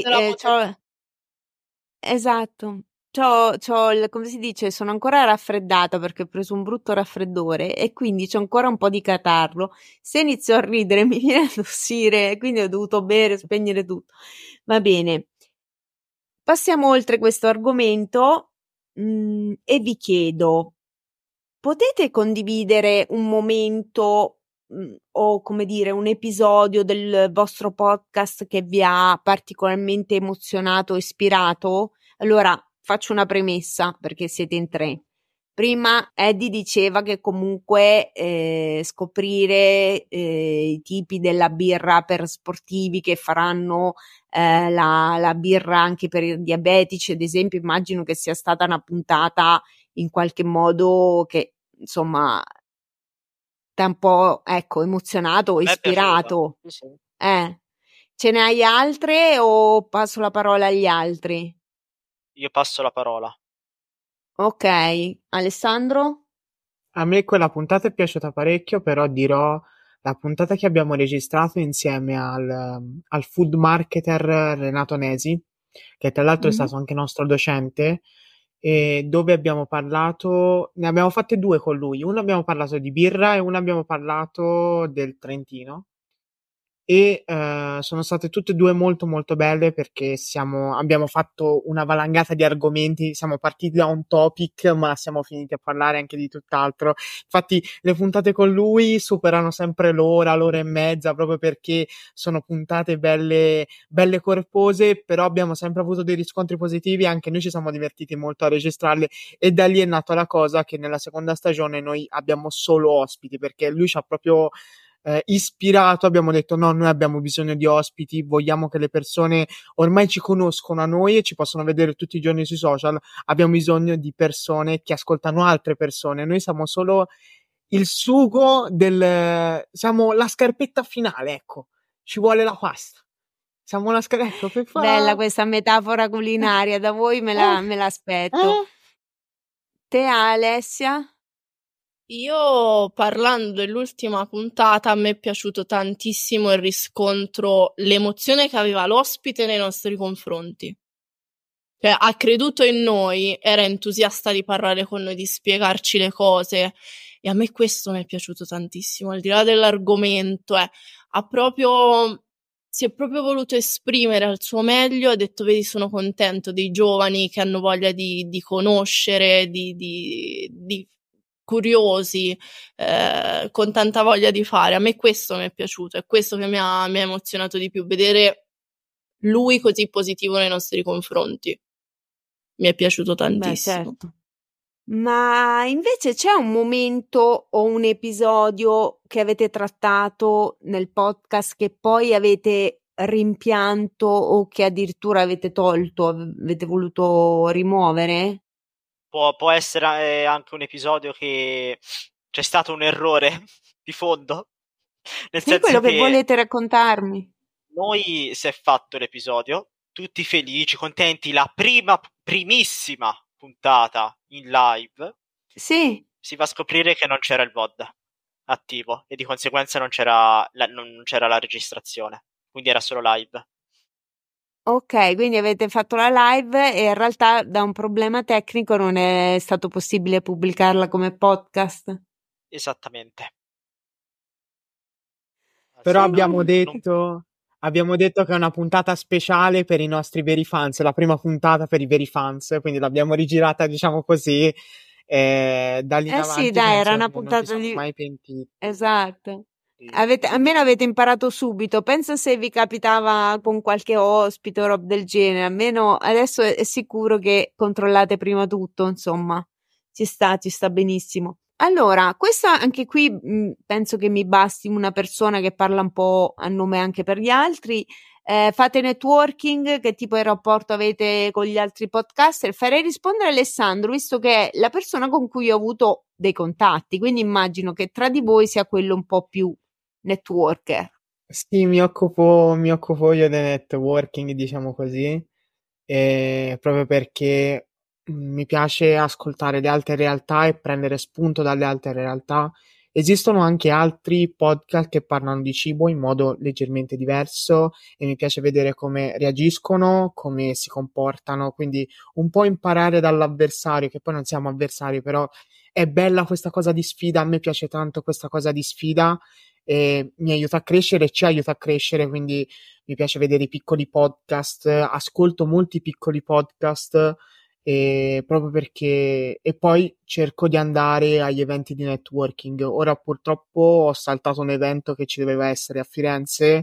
esatto. Come si dice, sono ancora raffreddata perché ho preso un brutto raffreddore e quindi c'ho ancora un po' di catarro. Se inizio a ridere mi viene a tossire, quindi ho dovuto bere, spegnere tutto. Va bene. Passiamo oltre questo argomento e vi chiedo: potete condividere un momento o come dire un episodio del vostro podcast che vi ha particolarmente emozionato o ispirato? Allora, faccio una premessa perché siete in 3. Prima Eddie diceva che comunque scoprire i tipi della birra per sportivi che faranno la birra anche per i diabetici, ad esempio, immagino che sia stata una puntata in qualche modo che insomma ti ha un po' emozionato o ispirato. Sì. Ce ne hai altre o passo la parola agli altri? Io passo la parola. Ok, Alessandro? A me quella puntata è piaciuta parecchio, però dirò la puntata che abbiamo registrato insieme al food marketer Renato Nesi, che tra l'altro è Mhm. stato anche nostro docente, dove abbiamo parlato, ne abbiamo fatte due con lui, uno abbiamo parlato di birra e uno abbiamo parlato del Trentino. E sono state tutte e due molto molto belle perché abbiamo fatto una valangata di argomenti, siamo partiti da un topic ma siamo finiti a parlare anche di tutt'altro. Infatti le puntate con lui superano sempre l'ora e mezza, proprio perché sono puntate belle, belle corpose, però abbiamo sempre avuto dei riscontri positivi, anche noi ci siamo divertiti molto a registrarle, e da lì è nata la cosa che nella seconda stagione noi abbiamo solo ospiti, perché lui ci ha proprio ispirato. Abbiamo detto no, noi abbiamo bisogno di ospiti, vogliamo che le persone ormai ci conoscono a noi e ci possono vedere tutti i giorni sui social, abbiamo bisogno di persone che ascoltano altre persone, noi siamo solo il sugo siamo la scarpetta finale, ecco, ci vuole la pasta, siamo la scarpetta, ecco, per Bella fare questa metafora culinaria, da voi me l'aspetto. eh. Te, Alessia? Io, parlando dell'ultima puntata, a me è piaciuto tantissimo il riscontro, l'emozione che aveva l'ospite nei nostri confronti. Cioè, ha creduto in noi, era entusiasta di parlare con noi, di spiegarci le cose, e a me questo mi è piaciuto tantissimo, al di là dell'argomento, si è proprio voluto esprimere al suo meglio, ha detto, vedi, sono contento dei giovani che hanno voglia di conoscere, di curiosi, con tanta voglia di fare. A me questo mi è piaciuto, è questo che mi ha emozionato di più, vedere lui così positivo nei nostri confronti. Mi è piaciuto Beh, tantissimo. certo. Ma invece c'è un momento o un episodio che avete trattato nel podcast che poi avete rimpianto o che addirittura avete tolto, avete voluto rimuovere? Può essere anche un episodio che c'è stato un errore di fondo, nel Sì, quello senso che che volete raccontarmi. noi si è fatto l'episodio, tutti felici, contenti, la primissima puntata in live, Sì, si va a scoprire che non c'era il VOD attivo e di conseguenza non c'era la registrazione, quindi era solo live. ok, quindi avete fatto la live e in realtà da un problema tecnico non è stato possibile pubblicarla come podcast. Esattamente. Però Sì, Oh, abbiamo detto che è una puntata speciale per i nostri veri fans, la prima puntata per i veri fans, quindi l'abbiamo rigirata, diciamo così, e da lì in eh sì, avanti dai, era penso una che non ci puntata siamo di... mai pentiti. Esatto. Sì. Almeno avete imparato subito. Penso se vi capitava con qualche ospite o roba del genere. Almeno adesso è sicuro che controllate prima tutto, insomma. Ci sta benissimo. Allora, questa anche qui penso che mi basti una persona che parla un po' a nome anche per gli altri. Fate networking, che tipo di rapporto avete con gli altri podcaster? Farei rispondere Alessandro, visto che è la persona con cui ho avuto dei contatti, quindi immagino che tra di voi sia quello un po' più networker. Sì, mi occupo io del networking, diciamo così, proprio perché mi piace ascoltare le altre realtà e prendere spunto dalle altre realtà. Esistono anche altri podcast che parlano di cibo in modo leggermente diverso e mi piace vedere come reagiscono, come si comportano, quindi un po' imparare dall'avversario, che poi non siamo avversari, però è bella questa cosa di sfida, a me piace tanto questa cosa di sfida e mi aiuta a crescere e ci aiuta a crescere, quindi mi piace vedere i piccoli podcast, ascolto molti piccoli podcast proprio perché e poi cerco di andare agli eventi di networking. Ora purtroppo ho saltato un evento che ci doveva essere a Firenze,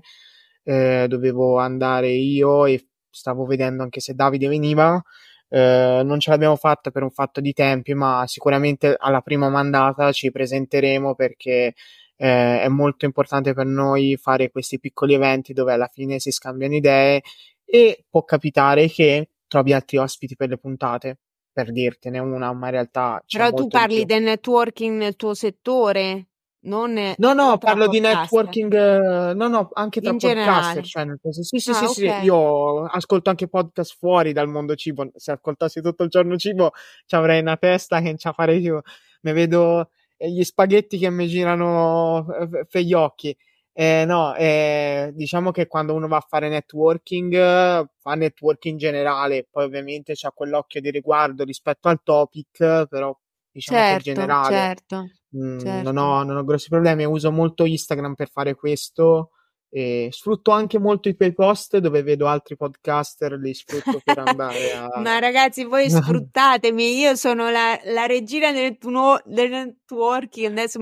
dovevo andare io e stavo vedendo anche se Davide veniva. Non ce l'abbiamo fatta per un fatto di tempi, ma sicuramente alla prima mandata ci presenteremo perché è molto importante per noi fare questi piccoli eventi dove alla fine si scambiano idee e può capitare che trovi altri ospiti per le puntate, per dirtene una, ma in realtà c'è Però tu molto di parli più. del networking nel tuo settore, non No, tra parlo di podcaster, networking, no, anche tra in podcaster, generale. cioè nel senso, Ah, sì, ok. io ascolto anche podcast fuori dal mondo cibo, se ascoltassi tutto il giorno cibo ci avrei una testa che non ce la farei più, mi vedo gli spaghetti che mi girano per gli occhi, No, diciamo che quando uno va a fare networking, fa networking generale, poi ovviamente c'ha quell'occhio di riguardo rispetto al topic, però diciamo che è Certo, generale. certo, Non certo. ho grossi problemi, uso molto Instagram per fare questo e sfrutto anche molto i tuoi post dove vedo altri podcaster, li sfrutto per andare a... Ma ragazzi, voi sfruttatemi, io sono la regina del networking, adesso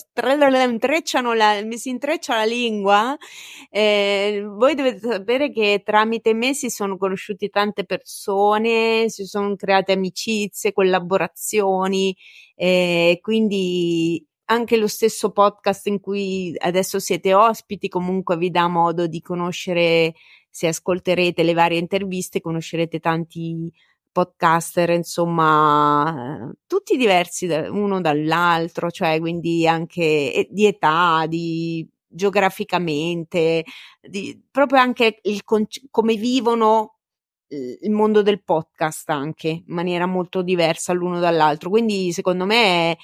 mi si intreccia la lingua. Voi dovete sapere che tramite me si sono conosciuti tante persone, si sono create amicizie, collaborazioni, quindi anche lo stesso podcast in cui adesso siete ospiti comunque vi dà modo di conoscere, se ascolterete le varie interviste, conoscerete tanti podcaster, insomma, tutti diversi uno dall'altro, cioè quindi anche di età, di geograficamente, proprio anche come vivono il mondo del podcast anche in maniera molto diversa l'uno dall'altro. Quindi secondo me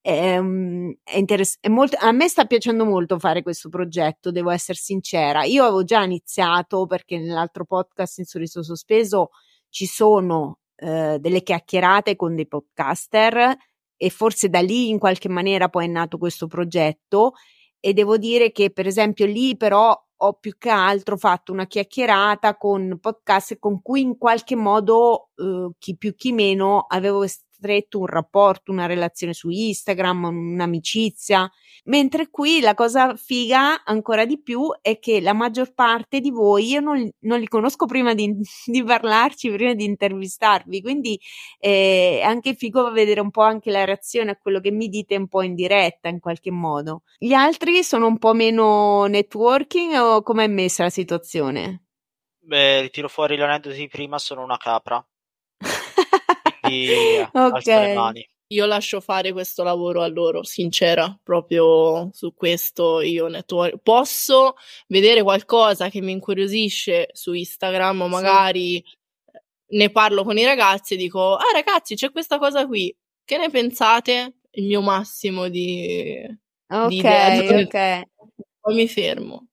è molto, a me sta piacendo molto fare questo progetto, devo essere sincera. Io avevo già iniziato perché nell'altro podcast in Sorriso Sospeso ci sono delle chiacchierate con dei podcaster e forse da lì in qualche maniera poi è nato questo progetto, e devo dire che per esempio lì però ho più che altro fatto una chiacchierata con podcast con cui in qualche modo chi più chi meno avevo stretto un rapporto, una relazione su Instagram, un'amicizia, mentre qui la cosa figa ancora di più è che la maggior parte di voi io non li conosco prima di parlarci, prima di intervistarvi, quindi è anche figo vedere un po' anche la reazione a quello che mi dite un po' in diretta in qualche modo. Gli altri sono un po' meno networking o com'è messa la situazione? Beh, tiro fuori l'aneddoto di prima, sono una capra. Quindi alzo le Ok. mani. Io lascio fare questo lavoro a loro, sincera, proprio su questo io posso vedere qualcosa che mi incuriosisce su Instagram o Sì. magari ne parlo con i ragazzi e dico, ah ragazzi c'è questa cosa qui, che ne pensate? Il mio massimo di Ok, idea. ok, Poi mi fermo.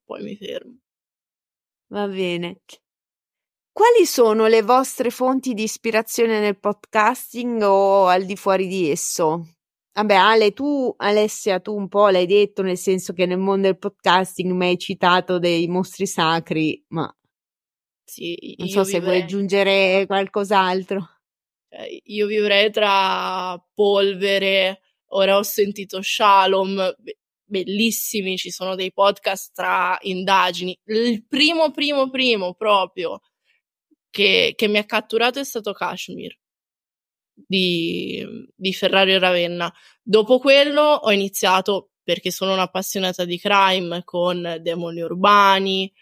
va bene. Quali sono le vostre fonti di ispirazione nel podcasting o al di fuori di esso? Vabbè, Alessia, tu un po' l'hai detto, nel senso che nel mondo del podcasting mi hai citato dei mostri sacri, ma Sì, non so se vuoi aggiungere qualcos'altro. io vivrei tra Polvere, ora ho sentito Shalom, bellissimi, ci sono dei podcast tra indagini. Il primo proprio che mi ha catturato è stato Kashmir di Ferrario e Ravenna. Dopo quello ho iniziato, perché sono un'appassionata di crime, con Demoni Urbani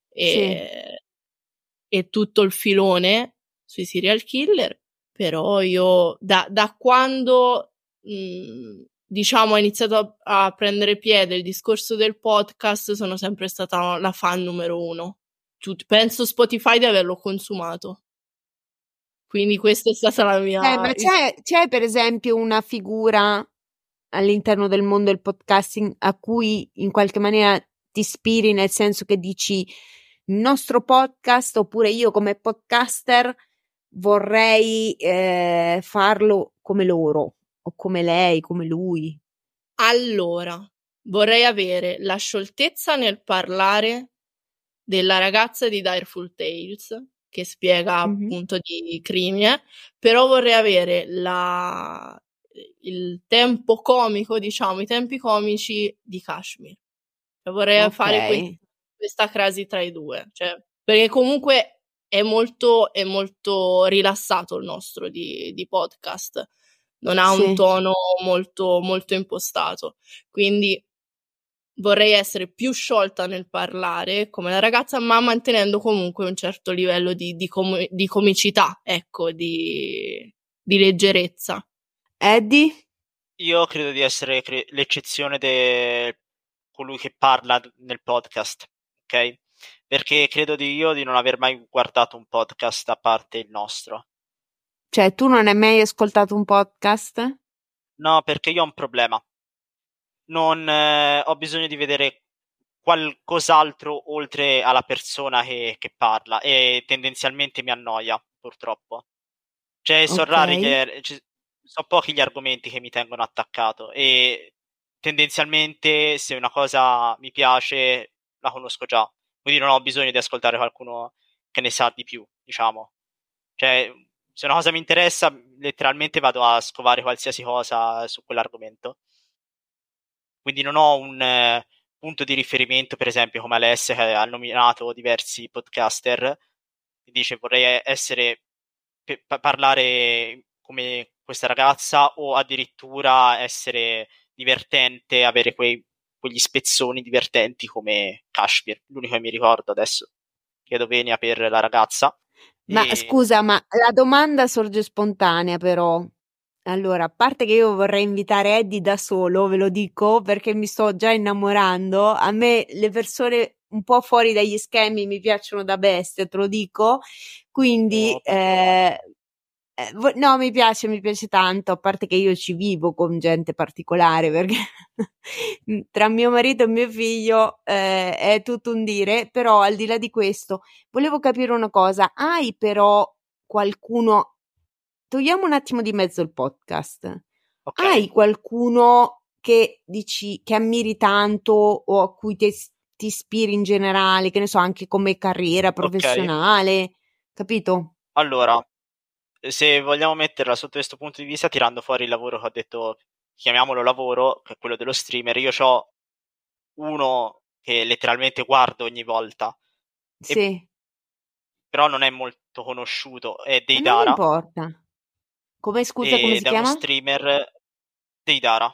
e tutto il filone sui serial killer, però io da quando diciamo ho iniziato a prendere piede il discorso del podcast sono sempre stata la fan numero uno. Penso Spotify di averlo consumato. Quindi questa è stata la mia... Ma c'è per esempio una figura all'interno del mondo del podcasting a cui in qualche maniera ti ispiri, nel senso che dici il nostro podcast, oppure io come podcaster vorrei farlo come loro, o come lei, come lui? Allora, vorrei avere la scioltezza nel parlare della ragazza di Direful Tales, che spiega appunto di crimine, però vorrei avere il tempo comico, diciamo, i tempi comici di Kashmir. Cioè, vorrei fare questa crasi tra i due, cioè, perché comunque è molto rilassato il nostro di podcast, non ha un tono molto, molto impostato, quindi vorrei essere più sciolta nel parlare come la ragazza, ma mantenendo comunque un certo livello di comicità, ecco, di leggerezza. Eddie? Io credo di essere l'eccezione di colui che parla nel podcast, ok? Perché credo di non aver mai guardato un podcast a parte il nostro. Cioè, tu non hai mai ascoltato un podcast? No, perché io ho un problema. Non ho bisogno di vedere qualcos'altro oltre alla persona che parla, e tendenzialmente mi annoia, purtroppo. Cioè, sono pochi gli argomenti che mi tengono attaccato, e tendenzialmente se una cosa mi piace la conosco già, quindi non ho bisogno di ascoltare qualcuno che ne sa di più, diciamo. Cioè, se una cosa mi interessa, letteralmente vado a scovare qualsiasi cosa su quell'argomento. Quindi non ho un punto di riferimento, per esempio, come Alessia, che ha nominato diversi podcaster, che dice vorrei parlare come questa ragazza, o addirittura essere divertente, avere quegli spezzoni divertenti come Kashmir, l'unico che mi ricordo adesso. Chiedo venia per la ragazza. Ma scusa, ma la domanda sorge spontanea però. Allora, a parte che io vorrei invitare Eddie da solo, ve lo dico, perché mi sto già innamorando. A me le persone un po' fuori dagli schemi mi piacciono da bestia, te lo dico. Quindi, no, mi piace tanto, a parte che io ci vivo con gente particolare, perché tra mio marito e mio figlio è tutto un dire, però al di là di questo, volevo capire una cosa, hai però qualcuno, togliamo un attimo di mezzo il podcast, hai qualcuno che dici che ammiri tanto o a cui ti ispiri in generale, che ne so, anche come carriera professionale, capito? Allora, se vogliamo metterla sotto questo punto di vista, tirando fuori il lavoro che ho detto, chiamiamolo lavoro, che è quello dello streamer, io ho uno che letteralmente guardo ogni volta, sì, però non è molto conosciuto, è non Deidara. importa. Come, scusa, come si Ed è uno chiama? streamer, Deidara,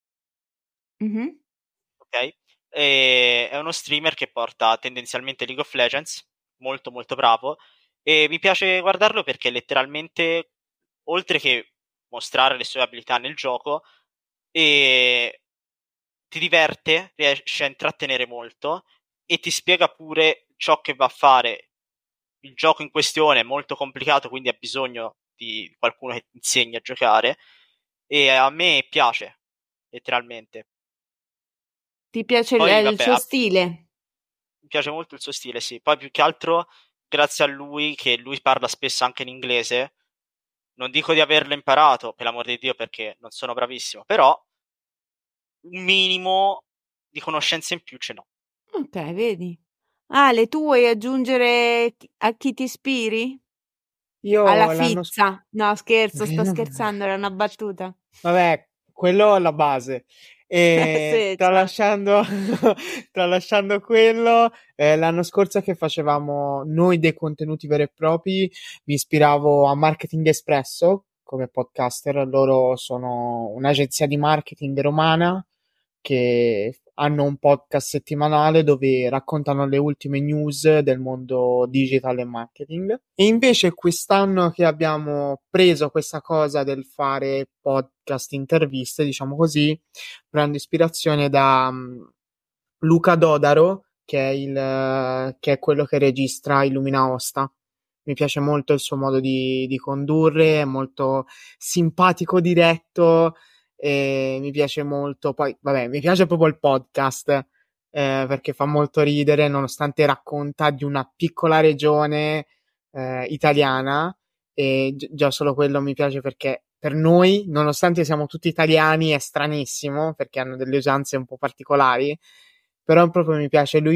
Mhm. ok? E è uno streamer che porta tendenzialmente League of Legends, molto molto bravo, e mi piace guardarlo perché letteralmente, oltre che mostrare le sue abilità nel gioco, e ti diverte, riesce a intrattenere molto e ti spiega pure ciò che va a fare. Il gioco in questione è molto complicato, quindi ha bisogno di qualcuno che ti insegni a giocare, e a me piace, letteralmente. Ti piace Poi, il vabbè, suo stile? mi piace molto il suo stile, sì. Poi più che altro, grazie a lui, che lui parla spesso anche in inglese, non dico di averlo imparato, per l'amor di Dio, perché non sono bravissimo, però un minimo di conoscenze in più ce n'ho. Ok, vedi. Ale, tu vuoi aggiungere a chi ti ispiri? Alla Io l'anno scorso... Fizza. No, scherzo, sto scherzando, era una battuta. Vabbè, quello è la base. E Sì, certo. tralasciando, tralasciando quello, l'anno scorso che facevamo noi dei contenuti veri e propri, mi ispiravo a Marketing Espresso come podcaster. Loro sono un'agenzia di marketing romana che hanno un podcast settimanale dove raccontano le ultime news del mondo digital e marketing. E invece quest'anno che abbiamo preso questa cosa del fare podcast interviste, diciamo così, prendo ispirazione da Luca Dodaro, che è quello che registra Illumina Osta. Mi piace molto il suo modo di condurre, è molto simpatico, diretto, e mi piace molto. Poi, vabbè, mi piace proprio il podcast, perché fa molto ridere, nonostante racconta di una piccola regione, italiana, e già solo quello mi piace perché per noi, nonostante siamo tutti italiani, è stranissimo perché hanno delle usanze un po' particolari, però proprio mi piace lui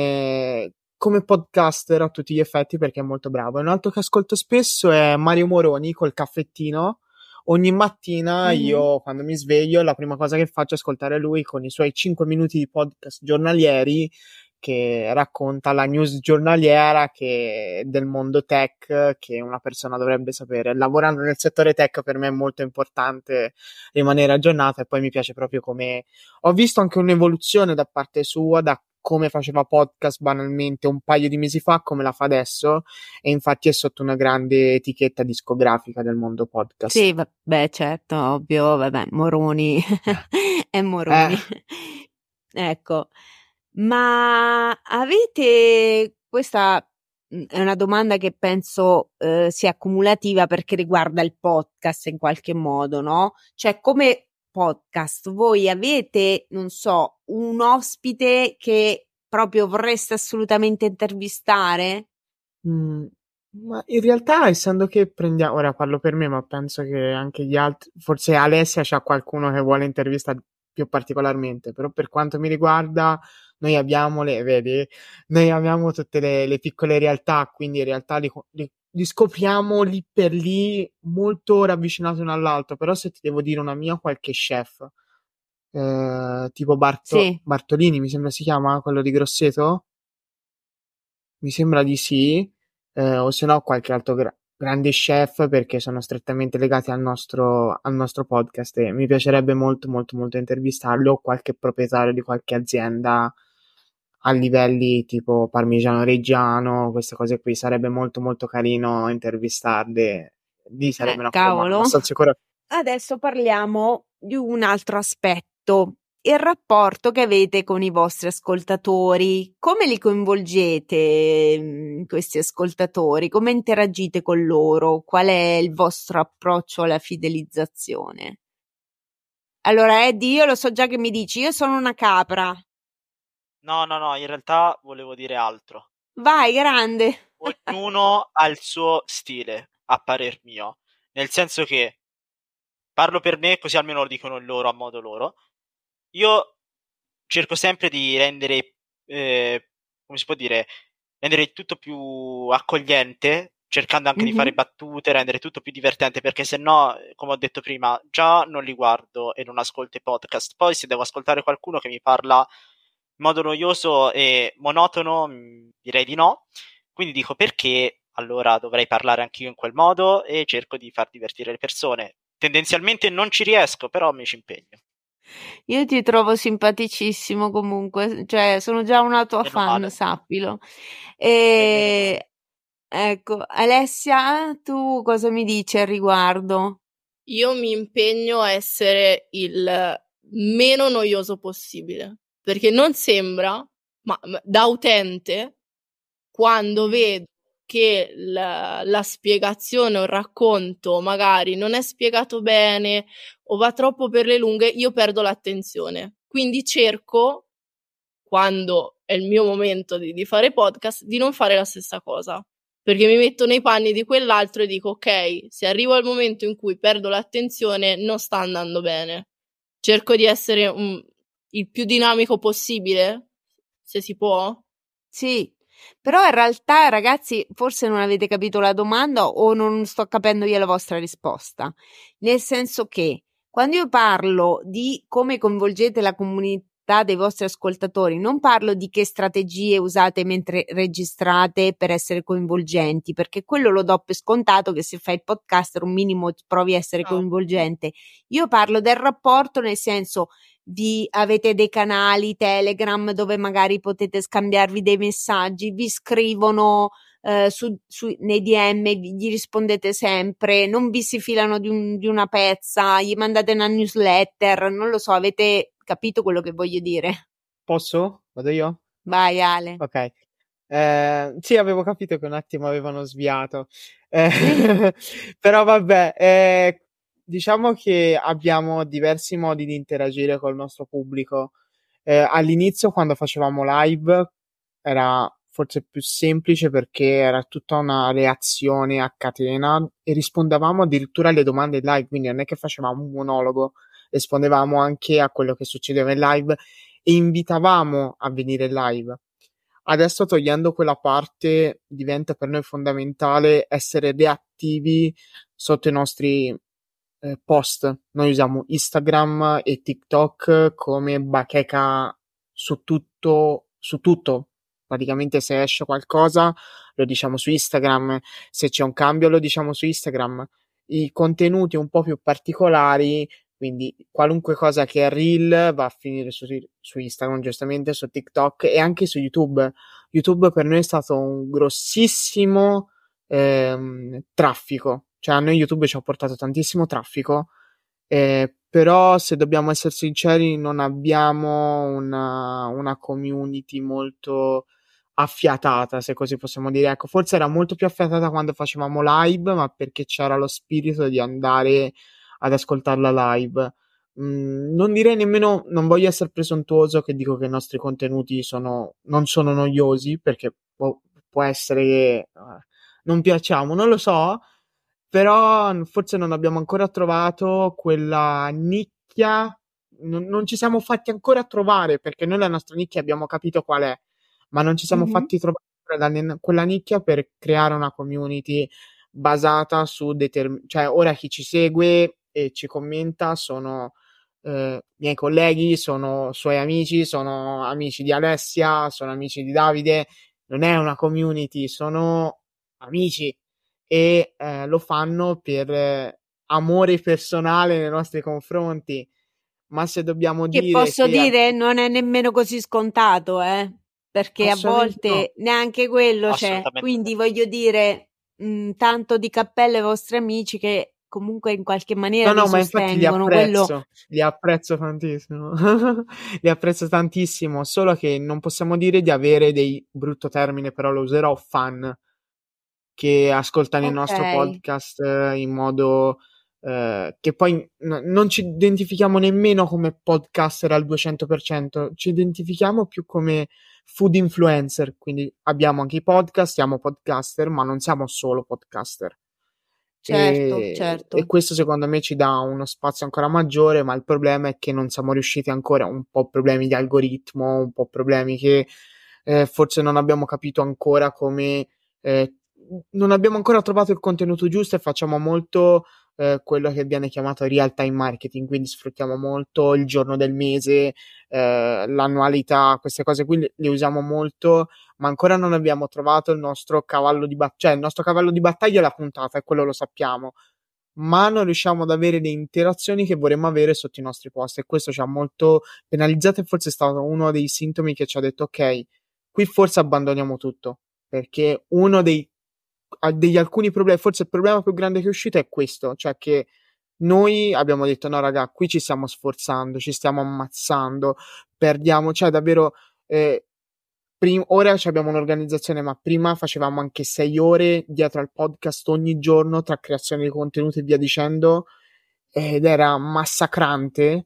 come podcaster a tutti gli effetti perché è molto bravo. E un altro che ascolto spesso è Mario Moroni col caffettino. Ogni mattina io, quando mi sveglio, la prima cosa che faccio è ascoltare lui con i suoi 5 minuti di podcast giornalieri che racconta la news giornaliera del mondo tech che una persona dovrebbe sapere. Lavorando nel settore tech per me è molto importante rimanere aggiornata, e poi mi piace proprio come ho visto anche un'evoluzione da parte sua, da come faceva podcast banalmente un paio di mesi fa, come la fa adesso, e infatti è sotto una grande etichetta discografica del mondo podcast. Sì, vabbè, certo, ovvio, vabbè, Moroni è Moroni. Ecco, ma avete, questa è una domanda che penso sia accumulativa perché riguarda il podcast in qualche modo, no? Cioè, come podcast, voi avete, non so, un ospite che proprio vorreste assolutamente intervistare? Ma in realtà, essendo che prendiamo, ora parlo per me, ma penso che anche gli altri, forse Alessia c'ha qualcuno che vuole intervistare più particolarmente, però per quanto mi riguarda, noi abbiamo vedi, noi abbiamo tutte le piccole realtà, quindi in realtà li scopriamo lì per lì, molto ravvicinati uno all'altro, però se ti devo dire una mia, qualche chef, tipo Sì. Bartolini, mi sembra si chiama, quello di Grosseto? Mi sembra di sì, o se no qualche altro grande chef, perché sono strettamente legati al nostro podcast e mi piacerebbe molto molto molto intervistarlo, o qualche proprietario di qualche azienda a livelli tipo Parmigiano Reggiano, queste cose qui, sarebbe molto molto carino intervistarle, lì sarebbe una cosa Cavolo. abbastanza sicura. Adesso parliamo di un altro aspetto, il rapporto che avete con i vostri ascoltatori. Come li coinvolgete, questi ascoltatori? Come interagite con loro? Qual è il vostro approccio alla fidelizzazione? Allora, Eddie, io lo so già che mi dici, io sono una capra. No, in realtà volevo dire altro. Vai, grande. Ognuno ha il suo stile, a parer mio. Nel senso che parlo per me, così almeno lo dicono loro a modo loro. Io cerco sempre di rendere, come si può dire, rendere tutto più accogliente, cercando anche di fare battute, rendere tutto più divertente, perché se no, come ho detto prima, già non li guardo e non ascolto i podcast. Poi se devo ascoltare qualcuno che mi parla in modo noioso e monotono, direi di no. Quindi dico perché allora dovrei parlare anch'io in quel modo e cerco di far divertire le persone. Tendenzialmente non ci riesco, però mi ci impegno. Io ti trovo simpaticissimo comunque, cioè sono già una tua Meno fan, male. sappilo. Meno Ecco, Alessia, tu cosa mi dici al riguardo? Io mi impegno a essere il meno noioso possibile, perché non sembra, ma da utente, quando vedo che la spiegazione o il racconto magari non è spiegato bene o va troppo per le lunghe, io perdo l'attenzione. Quindi cerco, quando è il mio momento di fare podcast, di non fare la stessa cosa. Perché mi metto nei panni di quell'altro e dico, ok, se arrivo al momento in cui perdo l'attenzione, non sta andando bene. Cerco di essere il più dinamico possibile, se si può. Sì, però in realtà, ragazzi, forse non avete capito la domanda o non sto capendo io la vostra risposta. Nel senso che quando io parlo di come coinvolgete la comunità dei vostri ascoltatori, non parlo di che strategie usate mentre registrate per essere coinvolgenti, perché quello lo do per scontato che se fai il podcaster un minimo provi a essere coinvolgente. Io parlo del rapporto, nel senso, avete dei canali Telegram dove magari potete scambiarvi dei messaggi, vi scrivono nei DM, gli rispondete sempre, non vi si filano di una pezza, gli mandate una newsletter, non lo so, avete capito quello che voglio dire? Posso? Vado io? Vai, Ale. Ok. Sì, avevo capito che un attimo avevano sviato. Però vabbè, diciamo che abbiamo diversi modi di interagire col nostro pubblico. All'inizio, quando facevamo live, era forse più semplice perché era tutta una reazione a catena e rispondevamo addirittura alle domande in live, quindi non è che facevamo un monologo, rispondevamo anche a quello che succedeva in live e invitavamo a venire in live. Adesso, togliendo quella parte, diventa per noi fondamentale essere reattivi sotto i nostri post. Noi usiamo Instagram e TikTok come bacheca su tutto. Praticamente se esce qualcosa lo diciamo su Instagram, se c'è un cambio lo diciamo su Instagram. I contenuti un po' più particolari, quindi qualunque cosa che è reel va a finire su Instagram, giustamente su TikTok e anche su YouTube. YouTube per noi è stato un grossissimo traffico, cioè a noi YouTube ci ha portato tantissimo traffico, però se dobbiamo essere sinceri non abbiamo una community molto affiatata, se così possiamo dire. Ecco, forse era molto più affiatata quando facevamo live, ma perché c'era lo spirito di andare ad ascoltarla live. Non direi nemmeno, non voglio essere presuntuoso che dico che i nostri contenuti non sono noiosi, perché può essere che non piacciamo, non lo so, però forse non abbiamo ancora trovato quella nicchia, non ci siamo fatti ancora trovare, perché noi la nostra nicchia abbiamo capito qual è, ma non ci siamo Mhm. fatti trovare quella nicchia per creare una community basata su cioè ora chi ci segue e ci commenta sono miei colleghi, sono suoi amici, sono amici di Alessia, sono amici di Davide, non è una community, sono amici e lo fanno per amore personale nei nostri confronti. Ma se dobbiamo Che dire posso che dire non è nemmeno così scontato, perché a assolutamente no, volte neanche quello c'è. Assolutamente no. Quindi voglio dire, tanto di cappello ai vostri amici che comunque in qualche maniera no, vi no, ma infatti sostengono. Quello li apprezzo tantissimo, li apprezzo tantissimo, solo che non possiamo dire di avere dei, brutto termine, però lo userò, fan che ascoltano il nostro ok. podcast in modo che poi non ci identifichiamo nemmeno come podcaster al 200%, ci identifichiamo più come food influencer, quindi abbiamo anche i podcast, siamo podcaster, ma non siamo solo podcaster. Certo, E certo. questo secondo me ci dà uno spazio ancora maggiore, ma il problema è che non siamo riusciti ancora, un po' problemi di algoritmo, un po' problemi che forse non abbiamo capito ancora come eh, non abbiamo ancora trovato il contenuto giusto e facciamo molto quello che viene chiamato real time marketing, quindi sfruttiamo molto il giorno del mese, l'annualità, queste cose qui le usiamo molto, ma ancora non abbiamo trovato il nostro cavallo di battaglia, cioè il nostro cavallo di battaglia è la puntata, e quello lo sappiamo, ma non riusciamo ad avere le interazioni che vorremmo avere sotto i nostri post e questo ci ha molto penalizzato e forse è stato uno dei sintomi che ci ha detto ok, qui forse abbandoniamo tutto, perché uno degli alcuni problemi, forse il problema più grande che è uscito è questo, cioè che noi abbiamo detto no raga, qui ci stiamo sforzando, ci stiamo ammazzando, perdiamo, cioè davvero eh, ora abbiamo un'organizzazione, ma prima facevamo anche 6 ore dietro al podcast ogni giorno tra creazione di contenuti e via dicendo, ed era massacrante.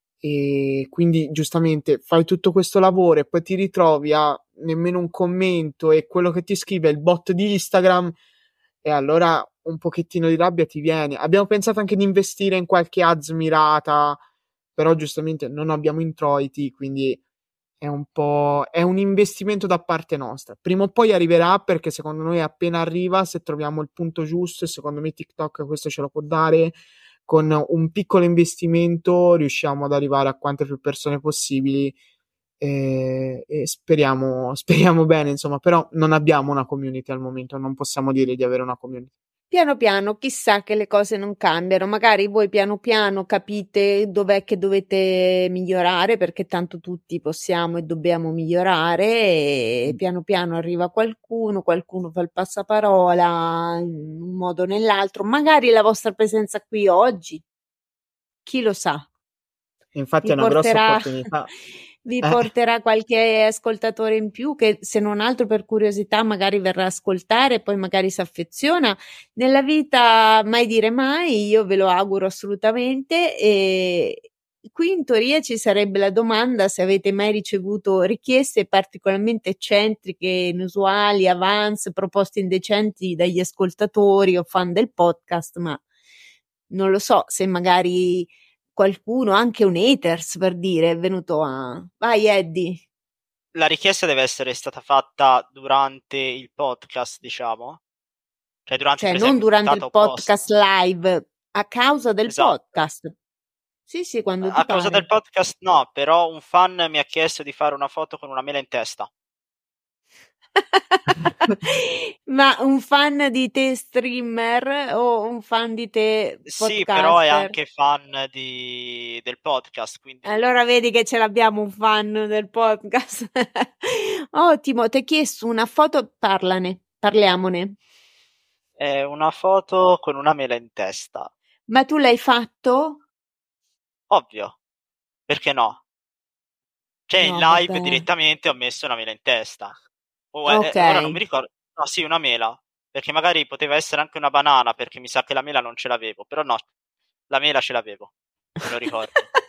E quindi giustamente fai tutto questo lavoro e poi ti ritrovi a nemmeno un commento e quello che ti scrive è il bot di Instagram e allora un pochettino di rabbia ti viene. Abbiamo pensato anche di investire in qualche ads mirata, però giustamente non abbiamo introiti, quindi è un investimento da parte nostra. Prima o poi arriverà perché secondo noi appena arriva, se troviamo il punto giusto, e secondo me TikTok questo ce lo può dare, con un piccolo investimento riusciamo ad arrivare a quante più persone possibili e speriamo bene, insomma, però non abbiamo una community al momento, non possiamo dire di avere una community. Piano piano, chissà che le cose non cambiano, magari voi piano piano capite dov'è che dovete migliorare, perché tanto tutti possiamo e dobbiamo migliorare e piano piano arriva qualcuno fa il passaparola in un modo o nell'altro, magari la vostra presenza qui oggi, chi lo sa, Infatti è vi una grossa porterà, opportunità. vi Eh, porterà qualche ascoltatore in più che se non altro per curiosità magari verrà a ascoltare e poi magari si affeziona. Nella vita mai dire mai, io ve lo auguro assolutamente e qui in teoria ci sarebbe la domanda se avete mai ricevuto richieste particolarmente eccentriche, inusuali, avance, proposte indecenti dagli ascoltatori o fan del podcast, ma non lo so se magari qualcuno, anche un haters per dire, è venuto a... Vai Eddie. La richiesta deve essere stata fatta durante il podcast, diciamo? Cioè durante Cioè per non esempio durante puntata il o post? podcast live, a causa del Esatto. podcast. Sì, sì, quando ti A causa del pare. podcast no, però un fan mi ha chiesto di fare una foto con una mela in testa. Ma un fan di te streamer o un fan di te Sì, però è podcaster? anche fan del podcast, quindi Allora vedi che ce l'abbiamo un fan del podcast. Ottimo, ti ho chiesto una foto, parliamone. è una foto con una mela in testa. Ma tu l'hai fatto? Ovvio, perché no? Cioè in No, live vabbè. direttamente ho messo una mela in testa. Ok. Ora non mi ricordo. No, sì, una mela. Perché magari poteva essere anche una banana, perché mi sa che la mela non ce l'avevo. Però no, la mela ce l'avevo. me lo ricordo.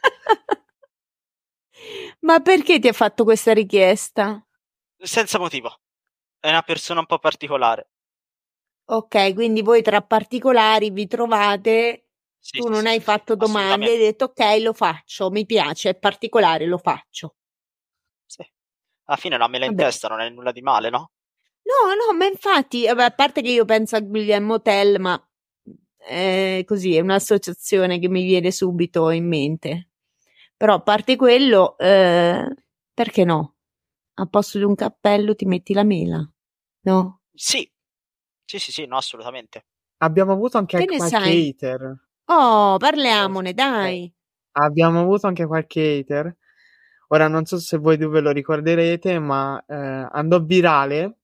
Ma perché ti ha fatto questa richiesta? Senza motivo. È una persona un po' particolare. Ok, quindi voi tra particolari vi trovate, Sì, tu sì, non sì, hai sì, sì, fatto domande, hai assolutamente. detto ok, lo faccio, mi piace, è particolare, lo faccio. Sì. Alla fine la mela in Vabbè. testa non è nulla di male, no? No, ma infatti, vabbè, a parte che io penso a Guglielmo Tell, ma così, è un'associazione che mi viene subito in mente. Però a parte quello, perché no? A posto di un cappello ti metti la mela, no? Sì. Sì, no, assolutamente. Abbiamo avuto anche Che ne qualche sai? hater. Oh, parliamone, Eh, dai. Abbiamo avuto anche qualche hater. Ora non so se voi due ve lo ricorderete, ma andò virale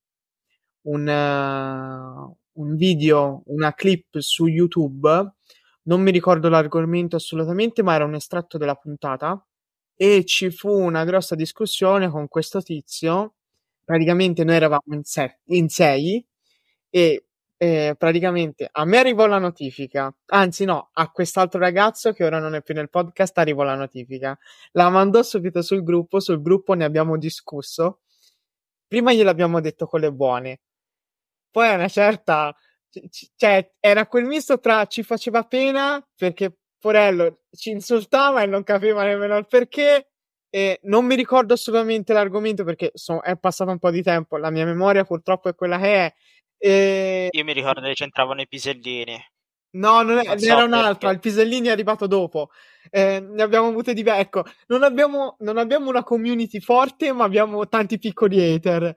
un video, una clip su YouTube. Non mi ricordo l'argomento assolutamente, ma era un estratto della puntata. E ci fu una grossa discussione con questo tizio. Praticamente noi eravamo in sei e praticamente a me arrivò la notifica, anzi no, a quest'altro ragazzo che ora non è più nel podcast arrivò la notifica. La mandò subito sul gruppo ne abbiamo discusso. Prima gliel'abbiamo detto con le buone, poi a una certa, cioè, era quel misto tra ci faceva pena perché Porello ci insultava e non capiva nemmeno il perché. E non mi ricordo assolutamente l'argomento perché è passato un po' di tempo. La mia memoria purtroppo è quella che è. E... Io mi ricordo che c'entravano i pisellini. No, Non ne so era un'altra. perché. Il Pisellini è arrivato dopo. Ne abbiamo avute diverse. Ecco, non abbiamo una community forte, ma abbiamo tanti piccoli hater.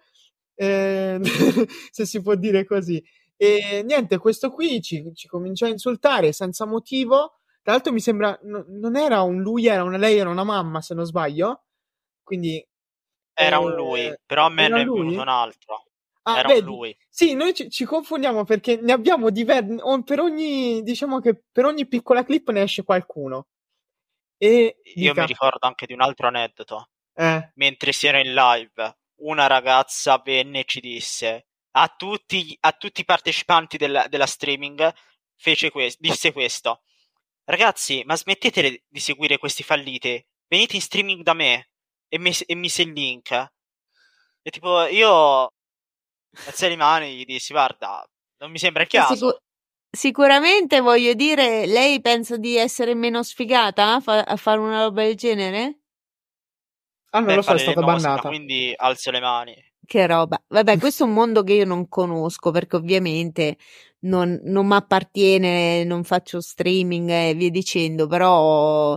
Se si può dire così. E niente, questo qui ci cominciò a insultare senza motivo. Tra l'altro, mi sembra non era un lui, era una lei, era una mamma, se non sbaglio. Quindi Era un lui, però a me era ne è venuto lui? un altro. Ah, Era un vedi? lui. Sì, noi ci confondiamo perché ne abbiamo diversi. Per ogni, diciamo che per ogni piccola clip ne esce qualcuno. E Io mi dica, ricordo anche di un altro aneddoto. eh, Mentre si era in live, una ragazza venne e ci disse a tutti i partecipanti della streaming, disse questo. Ragazzi, ma smettete di seguire questi falliti. Venite in streaming da me e mise il link. E tipo, io alzai le mani e gli dissi, guarda, non mi sembra il Cioè, caso. sicuramente voglio dire, lei pensa di essere meno sfigata a fare una roba del genere? ah, non Beh, lo so, è fare stata l'elemosina, bannata. quindi alzo le mani. Che roba. Vabbè, questo è un mondo che io non conosco perché ovviamente non mi appartiene, non faccio streaming e via dicendo, però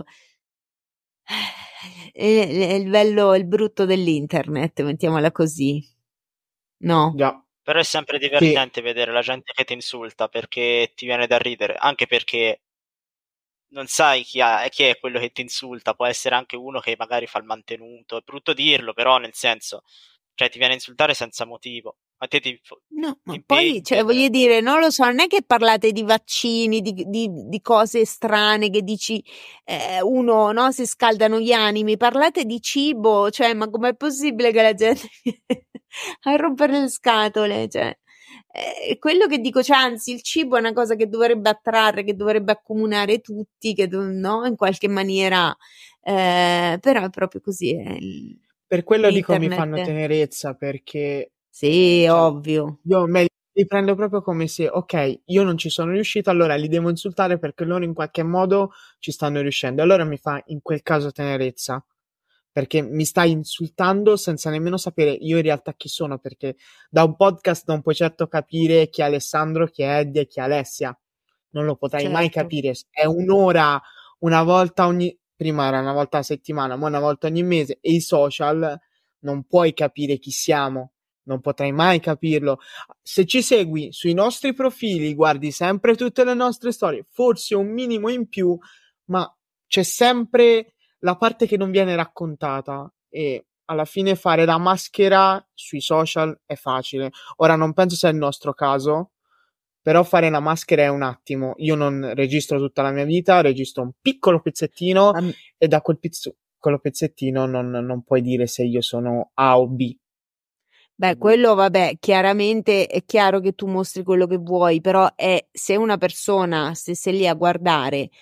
è il bello e il brutto dell'internet, mettiamola così. No? Già, Però è sempre sì. divertente vedere la gente che ti insulta perché ti viene da ridere, anche perché non sai chi è quello che ti insulta, può essere anche uno che magari fa il mantenuto, è brutto dirlo, però nel senso, cioè ti viene a insultare senza motivo, a te No, ti ma poi, impegni cioè, voglio dire, non lo so, non è che parlate di vaccini, di cose strane che dici, uno, no, si scaldano gli animi, parlate di cibo, cioè, ma com'è possibile che la gente a rompere le scatole, cioè, quello che dico, cioè, anzi, il cibo è una cosa che dovrebbe attrarre, che dovrebbe accomunare tutti, no, in qualche maniera, però è proprio così, Per quello dico mi fanno l'internet, tenerezza perché sì, cioè, ovvio, io li prendo proprio come se, ok, io non ci sono riuscito, allora li devo insultare perché loro in qualche modo ci stanno riuscendo. Allora mi fa in quel caso tenerezza perché mi stai insultando senza nemmeno sapere io in realtà chi sono, perché da un podcast non puoi certo capire chi è Alessandro, chi è Eddie e chi è Alessia. Non lo potrai mai certo. capire. È un'ora, una volta ogni... Prima era una volta a settimana, ma una volta ogni mese. E i social non puoi capire chi siamo. Non potrai mai capirlo. Se ci segui sui nostri profili, guardi sempre tutte le nostre storie, forse un minimo in più, ma c'è sempre la parte che non viene raccontata e alla fine fare la maschera sui social è facile. Ora non penso sia il nostro caso, però fare la maschera è un attimo. Io non registro tutta la mia vita, registro un piccolo pezzettino Ma e da quel piccolo pezzettino non puoi dire se io sono A o B. beh, quello vabbè, chiaramente è chiaro che tu mostri quello che vuoi, però è se una persona stesse lì a guardare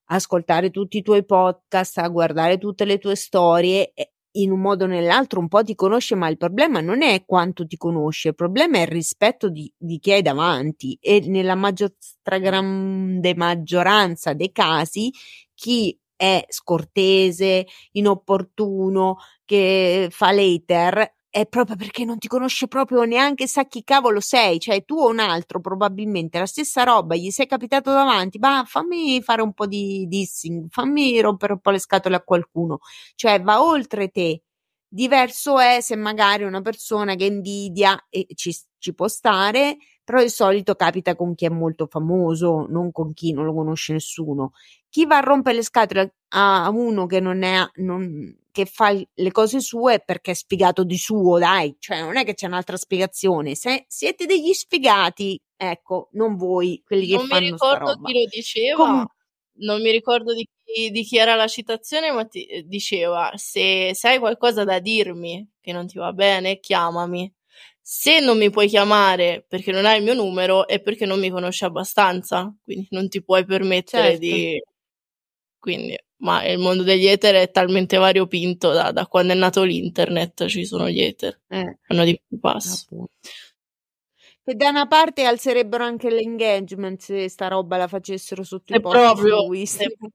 ascoltare tutti i tuoi podcast, a guardare tutte le tue storie, in un modo o nell'altro un po' ti conosce, ma il problema non è quanto ti conosce, il problema è il rispetto di chi hai davanti, e nella stragrande maggioranza dei casi chi è scortese, inopportuno, che fa l'hater, è proprio perché non ti conosce proprio, neanche sa chi cavolo sei, cioè tu o un altro probabilmente la stessa roba gli sei capitato davanti, fammi fare un po' di dissing, fammi rompere un po' le scatole a qualcuno, cioè va oltre te. Diverso è se magari una persona che invidia, e ci può stare, però di solito capita con chi è molto famoso, non con chi non lo conosce nessuno. Chi va a rompere le scatole a uno che che fa le cose sue perché è sfigato di suo, dai, cioè non è che c'è un'altra spiegazione. Se siete degli sfigati, ecco, non voi, quelli che Non mi fanno sta ricordo roba. chi lo diceva, non mi ricordo di chi era la citazione, ma diceva: se hai qualcosa da dirmi che non ti va bene, chiamami. Se non mi puoi chiamare perché non hai il mio numero, è perché non mi conosci abbastanza, quindi non ti puoi permettere di... Quindi, ma il mondo degli hater è talmente variopinto da quando è nato l'internet, ci sono gli hater. Hanno di più passo. E da una parte alzerebbero anche l'engagement se sta roba la facessero sotto i post su Instagram.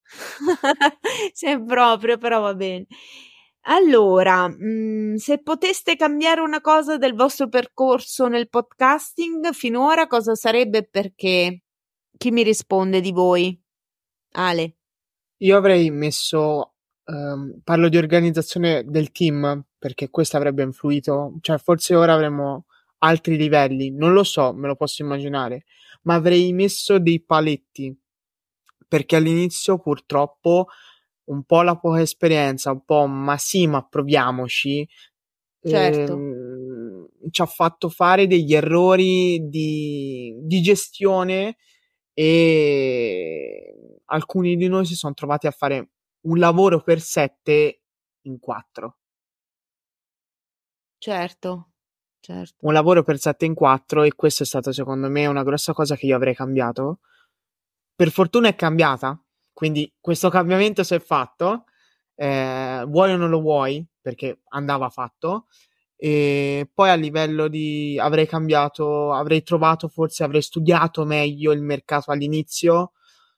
Se proprio, però va bene. Allora, se poteste cambiare una cosa del vostro percorso nel podcasting finora, cosa sarebbe e perché? Chi mi risponde di voi? Ale. Io avrei messo, parlo di organizzazione del team, perché questo avrebbe influito, cioè forse ora avremo altri livelli, non lo so, me lo posso immaginare, ma avrei messo dei paletti, perché all'inizio purtroppo un po' la poca esperienza, un po' ma sì, ma proviamoci, Certo. ci ha fatto fare degli errori di gestione, e alcuni di noi si sono trovati a fare un lavoro per 7 in 4. Certo. Un lavoro per 7 in 4, e questo è stato secondo me una grossa cosa che io avrei cambiato. Per fortuna è cambiata, quindi questo cambiamento si è fatto, vuoi o non lo vuoi, perché andava fatto. E poi a livello di avrei trovato, forse avrei studiato meglio il mercato all'inizio,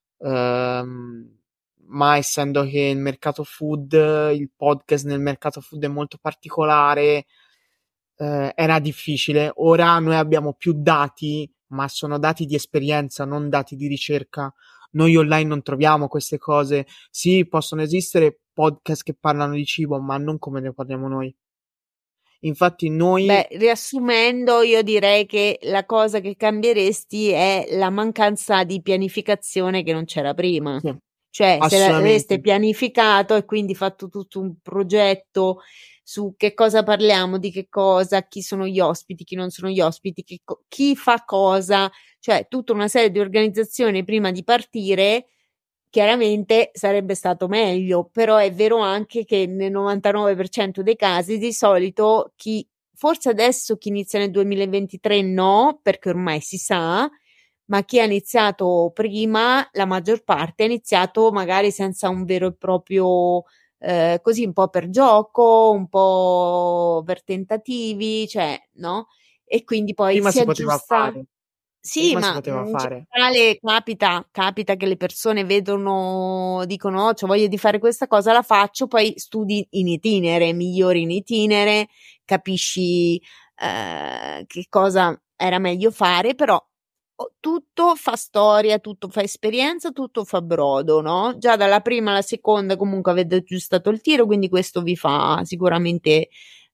ma essendo che il mercato food, il podcast nel mercato food è molto particolare, era difficile. Ora noi abbiamo più dati, ma sono dati di esperienza, non dati di ricerca. Noi online non troviamo queste cose. Sì, possono esistere podcast che parlano di cibo, ma non come ne parliamo noi. Infatti noi... riassumendo, io direi che la cosa che cambieresti è la mancanza di pianificazione che non c'era prima. Sì, cioè, se l'aveste pianificato e quindi fatto tutto un progetto su che cosa parliamo, di che cosa, chi sono gli ospiti, chi non sono gli ospiti, chi fa cosa, cioè tutta una serie di organizzazioni prima di partire, chiaramente sarebbe stato meglio, però è vero anche che nel 99% dei casi di solito forse adesso chi inizia nel 2023 no, perché ormai si sa, ma chi ha iniziato prima, la maggior parte ha iniziato magari senza un vero e proprio, così un po' per gioco, un po' per tentativi, cioè, no? E quindi poi prima si poteva aggiusta. fare. Sì, Prima ma si poteva in fare. generale capita che le persone dicono, c'ho voglia di fare questa cosa, la faccio, poi studi in itinere, migliori in itinere, capisci che cosa era meglio fare, però tutto fa storia, tutto fa esperienza, tutto fa brodo, no? Già dalla prima alla seconda comunque avete aggiustato il tiro, quindi questo vi fa sicuramente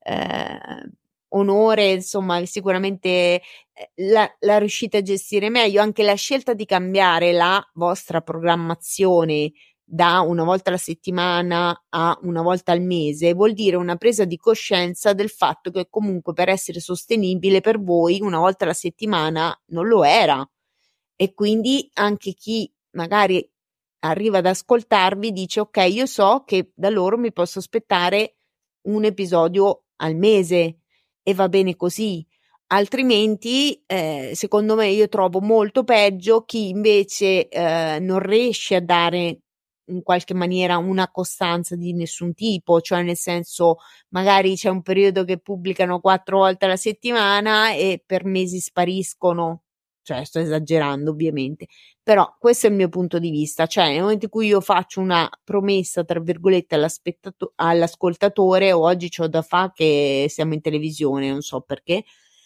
onore, insomma, sicuramente la riuscite a gestire meglio. Anche la scelta di cambiare la vostra programmazione da una volta alla settimana a una volta al mese vuol dire una presa di coscienza del fatto che comunque per essere sostenibile per voi una volta alla settimana non lo era, e quindi anche chi magari arriva ad ascoltarvi dice ok, io so che da loro mi posso aspettare un episodio al mese e va bene così. altrimenti, secondo me, io trovo molto peggio chi invece non riesce a dare in qualche maniera una costanza di nessun tipo, cioè nel senso magari c'è un periodo che pubblicano 4 volte alla settimana e per mesi spariscono, cioè sto esagerando ovviamente, però questo è il mio punto di vista, cioè nel momento in cui io faccio una promessa tra virgolette all'ascoltatore, oggi c'ho da fare che siamo in televisione, non so perché,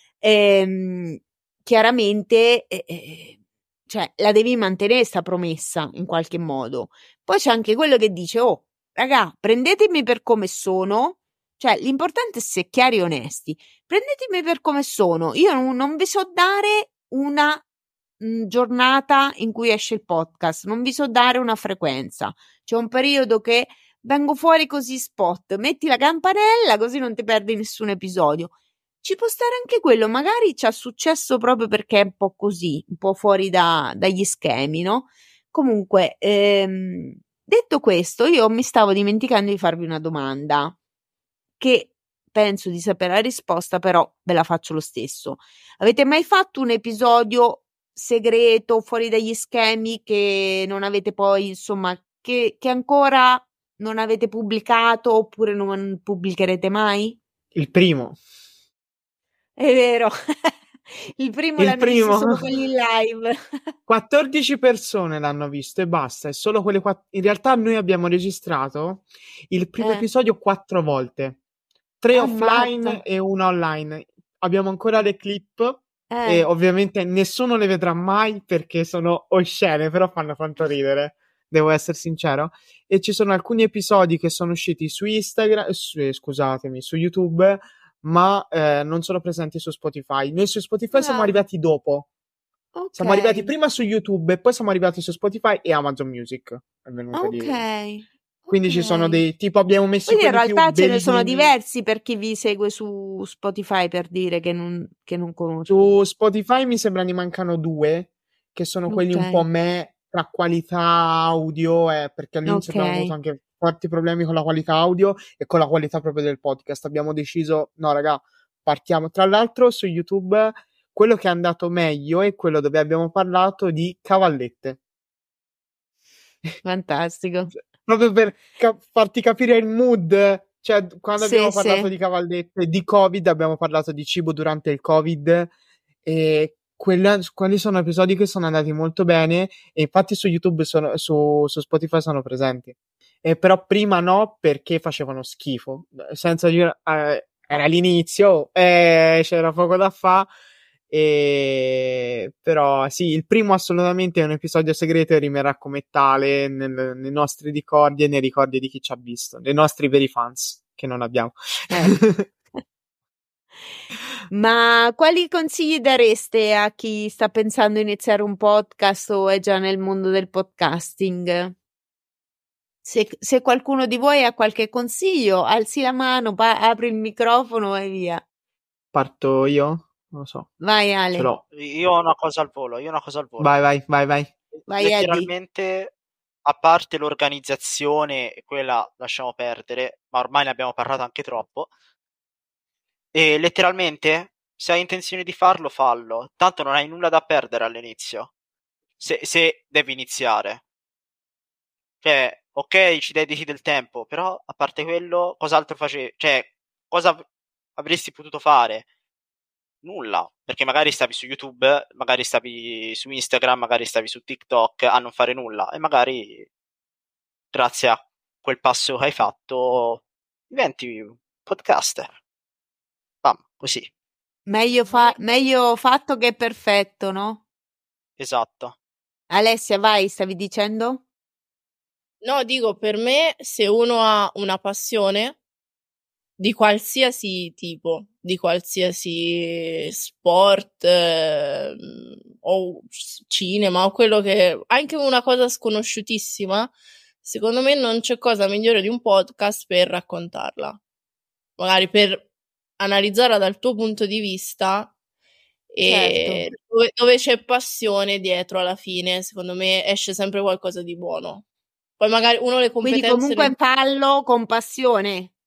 chiaramente cioè la devi mantenere sta promessa in qualche modo. Poi c'è anche quello che dice: oh raga, prendetemi per come sono, cioè l'importante è essere chiari e onesti, prendetemi per come sono, io non vi so dare una giornata in cui esce il podcast, non vi so dare una frequenza, c'è un periodo che vengo fuori così spot, metti la campanella così non ti perdi nessun episodio. Ci può stare anche quello, magari ci ha successo proprio perché è un po' così, un po' fuori dagli schemi, no? Comunque, detto questo, io mi stavo dimenticando di farvi una domanda che penso di sapere la risposta, però ve la faccio lo stesso. Avete mai fatto un episodio segreto, fuori dagli schemi, che non avete poi, insomma, che ancora non avete pubblicato oppure non pubblicherete mai? Il primo. È vero, il primo l'hanno visto solo quelli in live. 14 persone l'hanno visto e basta, è solo quelle in realtà noi abbiamo registrato il primo episodio 4 volte, 3 offline e 1 online. Abbiamo ancora le clip e ovviamente nessuno le vedrà mai perché sono oscene, però fanno tanto ridere, devo essere sincero. E ci sono alcuni episodi che sono usciti su Instagram, scusatemi, su YouTube, ma non sono presenti su Spotify. Noi su Spotify siamo arrivati dopo. Okay. Siamo arrivati prima su YouTube e poi siamo arrivati su Spotify e Amazon Music. È venuto lì. Quindi ci sono dei tipo abbiamo messo. Quindi in realtà ce ne sono diversi per chi vi segue su Spotify, per dire che non conosco. Su Spotify mi sembra ne mancano 2 che sono quelli un po' tra qualità audio, perché all'inizio abbiamo avuto anche forti problemi con la qualità audio e con la qualità proprio del podcast. Abbiamo deciso, no raga, partiamo. Tra l'altro su YouTube quello che è andato meglio è quello dove abbiamo parlato di cavallette. Fantastico. Proprio per farti capire il mood. Cioè, quando abbiamo parlato di cavallette, di Covid, abbiamo parlato di cibo durante il Covid e quelli sono episodi che sono andati molto bene e infatti su YouTube su Spotify sono presenti. Però prima no, perché facevano schifo. Senza dire, era l'inizio, c'era poco da fare. Però sì, il primo assolutamente è un episodio segreto e rimarrà come tale nei nostri ricordi e nei ricordi di chi ci ha visto, dei nostri veri fans che non abbiamo. Ma quali consigli dareste a chi sta pensando di iniziare un podcast o è già nel mondo del podcasting? Se qualcuno di voi ha qualche consiglio, alzi la mano, apri il microfono e via. Parto io? Non lo so. Vai Ale. Ce l'ho. Io ho una cosa al volo. Vai. Vai, letteralmente, Eddie. A parte l'organizzazione, quella lasciamo perdere, ma ormai ne abbiamo parlato anche troppo. E letteralmente, se hai intenzione di farlo, fallo. Tanto non hai nulla da perdere all'inizio. Se devi iniziare. Cioè, ok, ci dedichi del tempo, però a parte quello, cos'altro facevi? Cioè, cosa avresti potuto fare? Nulla, perché magari stavi su YouTube, magari stavi su Instagram, magari stavi su TikTok a non fare nulla e magari grazie a quel passo che hai fatto diventi un podcaster. Bam, così. Meglio fatto che perfetto, no? Esatto. Alessia, vai, stavi dicendo? No, dico, per me, se uno ha una passione di qualsiasi tipo, di qualsiasi sport o cinema o quello che anche una cosa sconosciutissima, secondo me non c'è cosa migliore di un podcast per raccontarla, magari per analizzarla dal tuo punto di vista e dove c'è passione dietro alla fine, secondo me esce sempre qualcosa di buono. Poi magari uno le competenze. Quindi comunque fallo con passione.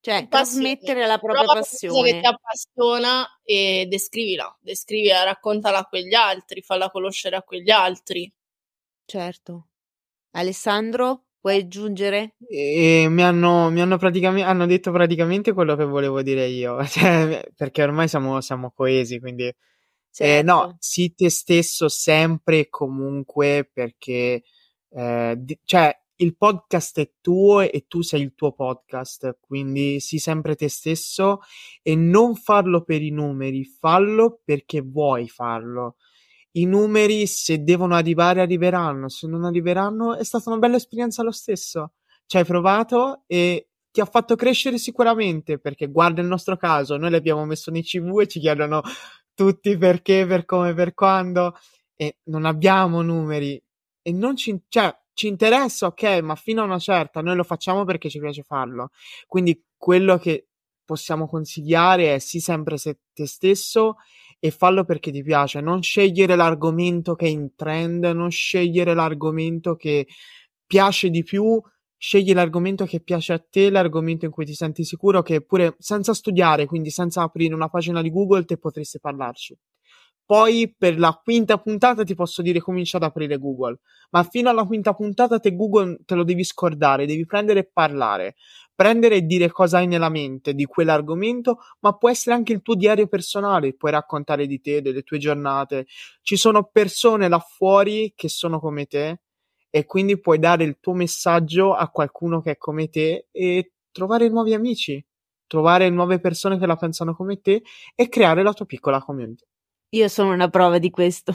Cioè, trasmettere la propria Prova qualcosa che ti passione. appassiona e descrivila, raccontala a quegli altri, falla conoscere a quegli altri. Certo. Alessandro, vuoi aggiungere? E hanno detto praticamente quello che volevo dire io, cioè, perché ormai siamo coesi, quindi no, Certo. sii te stesso sempre e comunque, perché cioè il podcast è tuo e tu sei il tuo podcast, quindi sii sempre te stesso e non farlo per i numeri, fallo perché vuoi farlo. I numeri, se devono arrivare, arriveranno, se non arriveranno, è stata una bella esperienza lo stesso. Ci hai provato e ti ha fatto crescere sicuramente, perché guarda il nostro caso, noi l'abbiamo messo nei CV e ci chiedono tutti perché, per come, per quando, e non abbiamo numeri e non ci interessa, ok, ma fino a una certa, noi lo facciamo perché ci piace farlo. Quindi quello che possiamo consigliare è sii sempre te stesso e fallo perché ti piace, non scegliere l'argomento che è in trend, non scegliere l'argomento che piace di più, scegli l'argomento che piace a te, l'argomento in cui ti senti sicuro, che pure senza studiare, quindi senza aprire una pagina di Google, te potresti parlarci. Poi per la quinta puntata ti posso dire comincia ad aprire Google, ma fino alla quinta puntata te Google te lo devi scordare, devi prendere e parlare, prendere e dire cosa hai nella mente di quell'argomento, ma può essere anche il tuo diario personale, puoi raccontare di te, delle tue giornate. Ci sono persone là fuori che sono come te e quindi puoi dare il tuo messaggio a qualcuno che è come te e trovare nuovi amici, trovare nuove persone che la pensano come te e creare la tua piccola community. Io sono una prova di questo.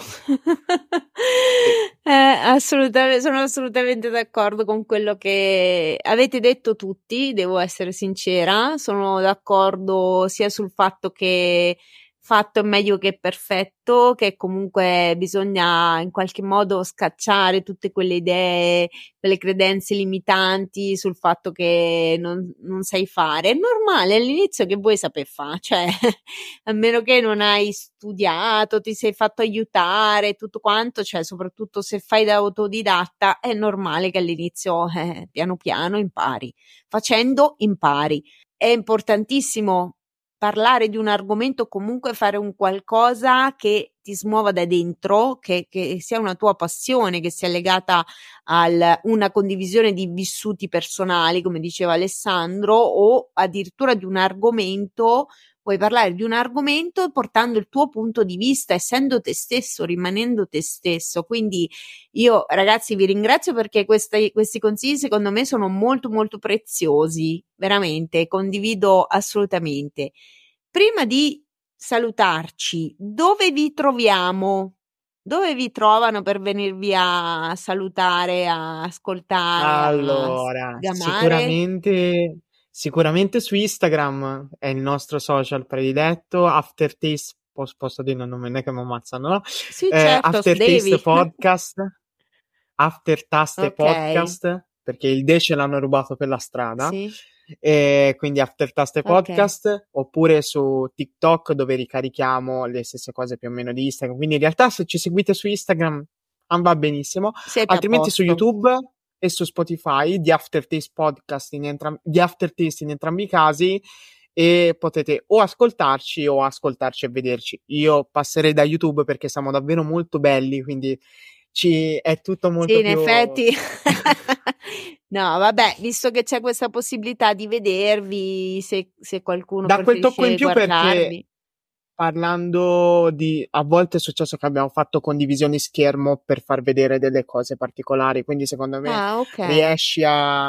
Sono assolutamente d'accordo con quello che avete detto tutti, devo essere sincera. Sono d'accordo sia sul fatto che fatto è meglio che perfetto, che comunque bisogna in qualche modo scacciare tutte quelle idee, quelle credenze limitanti sul fatto che non sai fare. È normale all'inizio che vuoi saper fare, cioè a meno che non hai studiato, ti sei fatto aiutare, tutto quanto, cioè soprattutto se fai da autodidatta è normale che all'inizio piano piano impari, facendo impari. È importantissimo parlare di un argomento, comunque fare un qualcosa che ti smuova da dentro, che sia una tua passione, che sia legata a una condivisione di vissuti personali, come diceva Alessandro, o addirittura di un argomento. Puoi parlare di un argomento portando il tuo punto di vista, essendo te stesso, rimanendo te stesso. Quindi io, ragazzi, vi ringrazio perché questi consigli secondo me sono molto molto preziosi, veramente, condivido assolutamente. Prima di salutarci, dove vi troviamo? Dove vi trovano per venirvi a salutare, a ascoltare, a Allora, sgamare? sicuramente su Instagram è il nostro social prediletto, Aftertaste, posso dire il nome, non è che mi ammazzano, no? Sì, certo, Aftertaste devi. Podcast, Aftertaste Ok, Podcast, perché il D ce l'hanno rubato per la strada, sì, e quindi Aftertaste ok. Podcast, oppure su TikTok dove ricarichiamo le stesse cose più o meno di Instagram, quindi in realtà se ci seguite su Instagram va benissimo, Siete a altrimenti su posto. YouTube e su Spotify di Aftertaste Podcast di Aftertaste in entrambi i casi, e potete o ascoltarci e vederci. Io passerei da YouTube perché siamo davvero molto belli, quindi è tutto Sì, molto in più effetti. No, vabbè, visto che c'è questa possibilità di vedervi, se qualcuno da quel tocco in preferisce più, perché guardarvi. parlando di a volte è successo che abbiamo fatto condivisioni schermo per far vedere delle cose particolari, quindi secondo me Ah, ok. riesci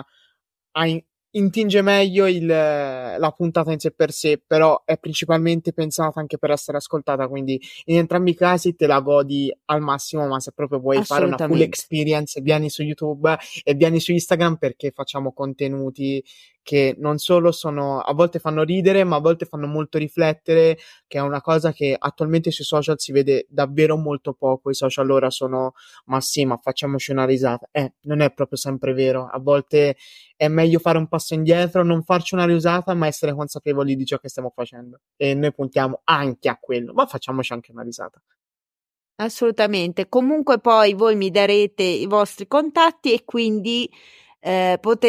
a intinge meglio la puntata in sé per sé, però è principalmente pensata anche per essere ascoltata, quindi in entrambi i casi te la godi al massimo, ma se proprio vuoi fare una full Assolutamente. experience vieni su YouTube e vieni su Instagram, perché facciamo contenuti che non solo a volte fanno ridere, ma a volte fanno molto riflettere, che è una cosa che attualmente sui social si vede davvero molto poco. I social ora sono, ma sì, ma facciamoci una risata. Non è proprio sempre vero. A volte è meglio fare un passo indietro, non farci una risata, ma essere consapevoli di ciò che stiamo facendo. E noi puntiamo anche a quello, ma facciamoci anche una risata. Assolutamente. Comunque poi voi mi darete i vostri contatti e quindi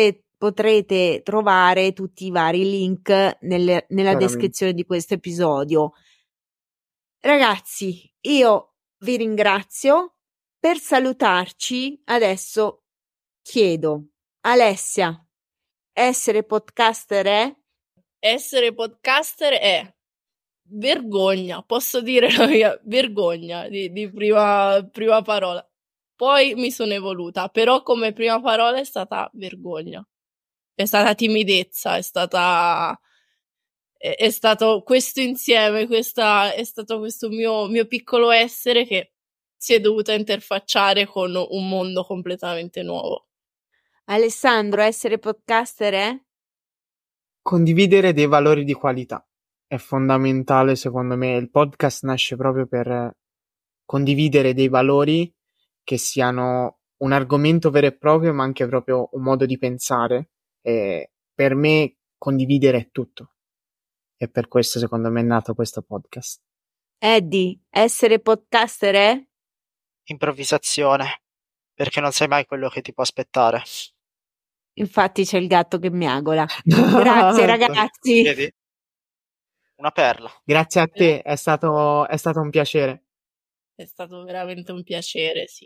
potrete trovare tutti i vari link nella descrizione di questo episodio. Ragazzi, io vi ringrazio. Per salutarci adesso chiedo, Alessia, essere podcaster è? Essere podcaster è vergogna, posso dire la mia vergogna di prima parola. Poi mi sono evoluta, però come prima parola è stata vergogna, è stata timidezza, è stato questo insieme, è stato questo mio piccolo essere che si è dovuta interfacciare con un mondo completamente nuovo. Alessandro, essere podcaster è? Condividere dei valori di qualità. È fondamentale, secondo me. Il podcast nasce proprio per condividere dei valori che siano un argomento vero e proprio, ma anche proprio un modo di pensare. E per me condividere è tutto. E per questo, secondo me, è nato questo podcast. Eddie, essere podcaster è? Improvvisazione, perché non sai mai quello che ti può aspettare. Infatti c'è il gatto che miagola. Grazie ragazzi. Vedi? Una perla. Grazie a te, è stato un piacere. È stato veramente un piacere, sì.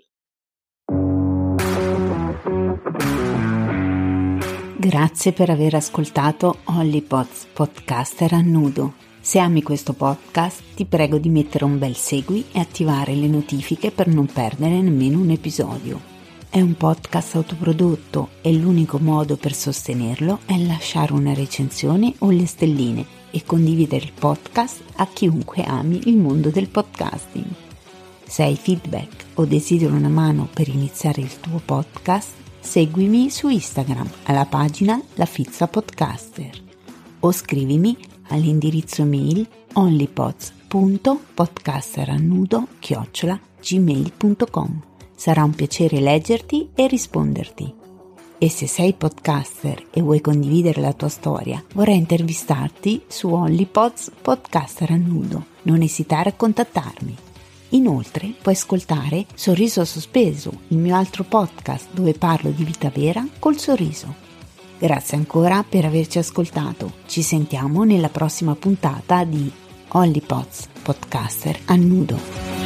Grazie per aver ascoltato Hollypods Podcaster a nudo. Se ami questo podcast, ti prego di mettere un bel segui e attivare le notifiche per non perdere nemmeno un episodio. È un podcast autoprodotto e l'unico modo per sostenerlo è lasciare una recensione o le stelline e condividere il podcast a chiunque ami il mondo del podcasting. Se hai feedback o desideri una mano per iniziare il tuo podcast, seguimi su Instagram alla pagina La Fizza Podcaster o scrivimi all'indirizzo mail onlypods.podcasterannudo@gmail.com. Sarà un piacere leggerti e risponderti. E se sei podcaster e vuoi condividere la tua storia, vorrei intervistarti su Hollypods Podcaster a nudo. Non esitare a contattarmi. Inoltre puoi ascoltare Sorriso Sospeso, il mio altro podcast dove parlo di vita vera col sorriso. Grazie ancora per averci ascoltato. Ci sentiamo nella prossima puntata di Hollypods Podcaster a nudo.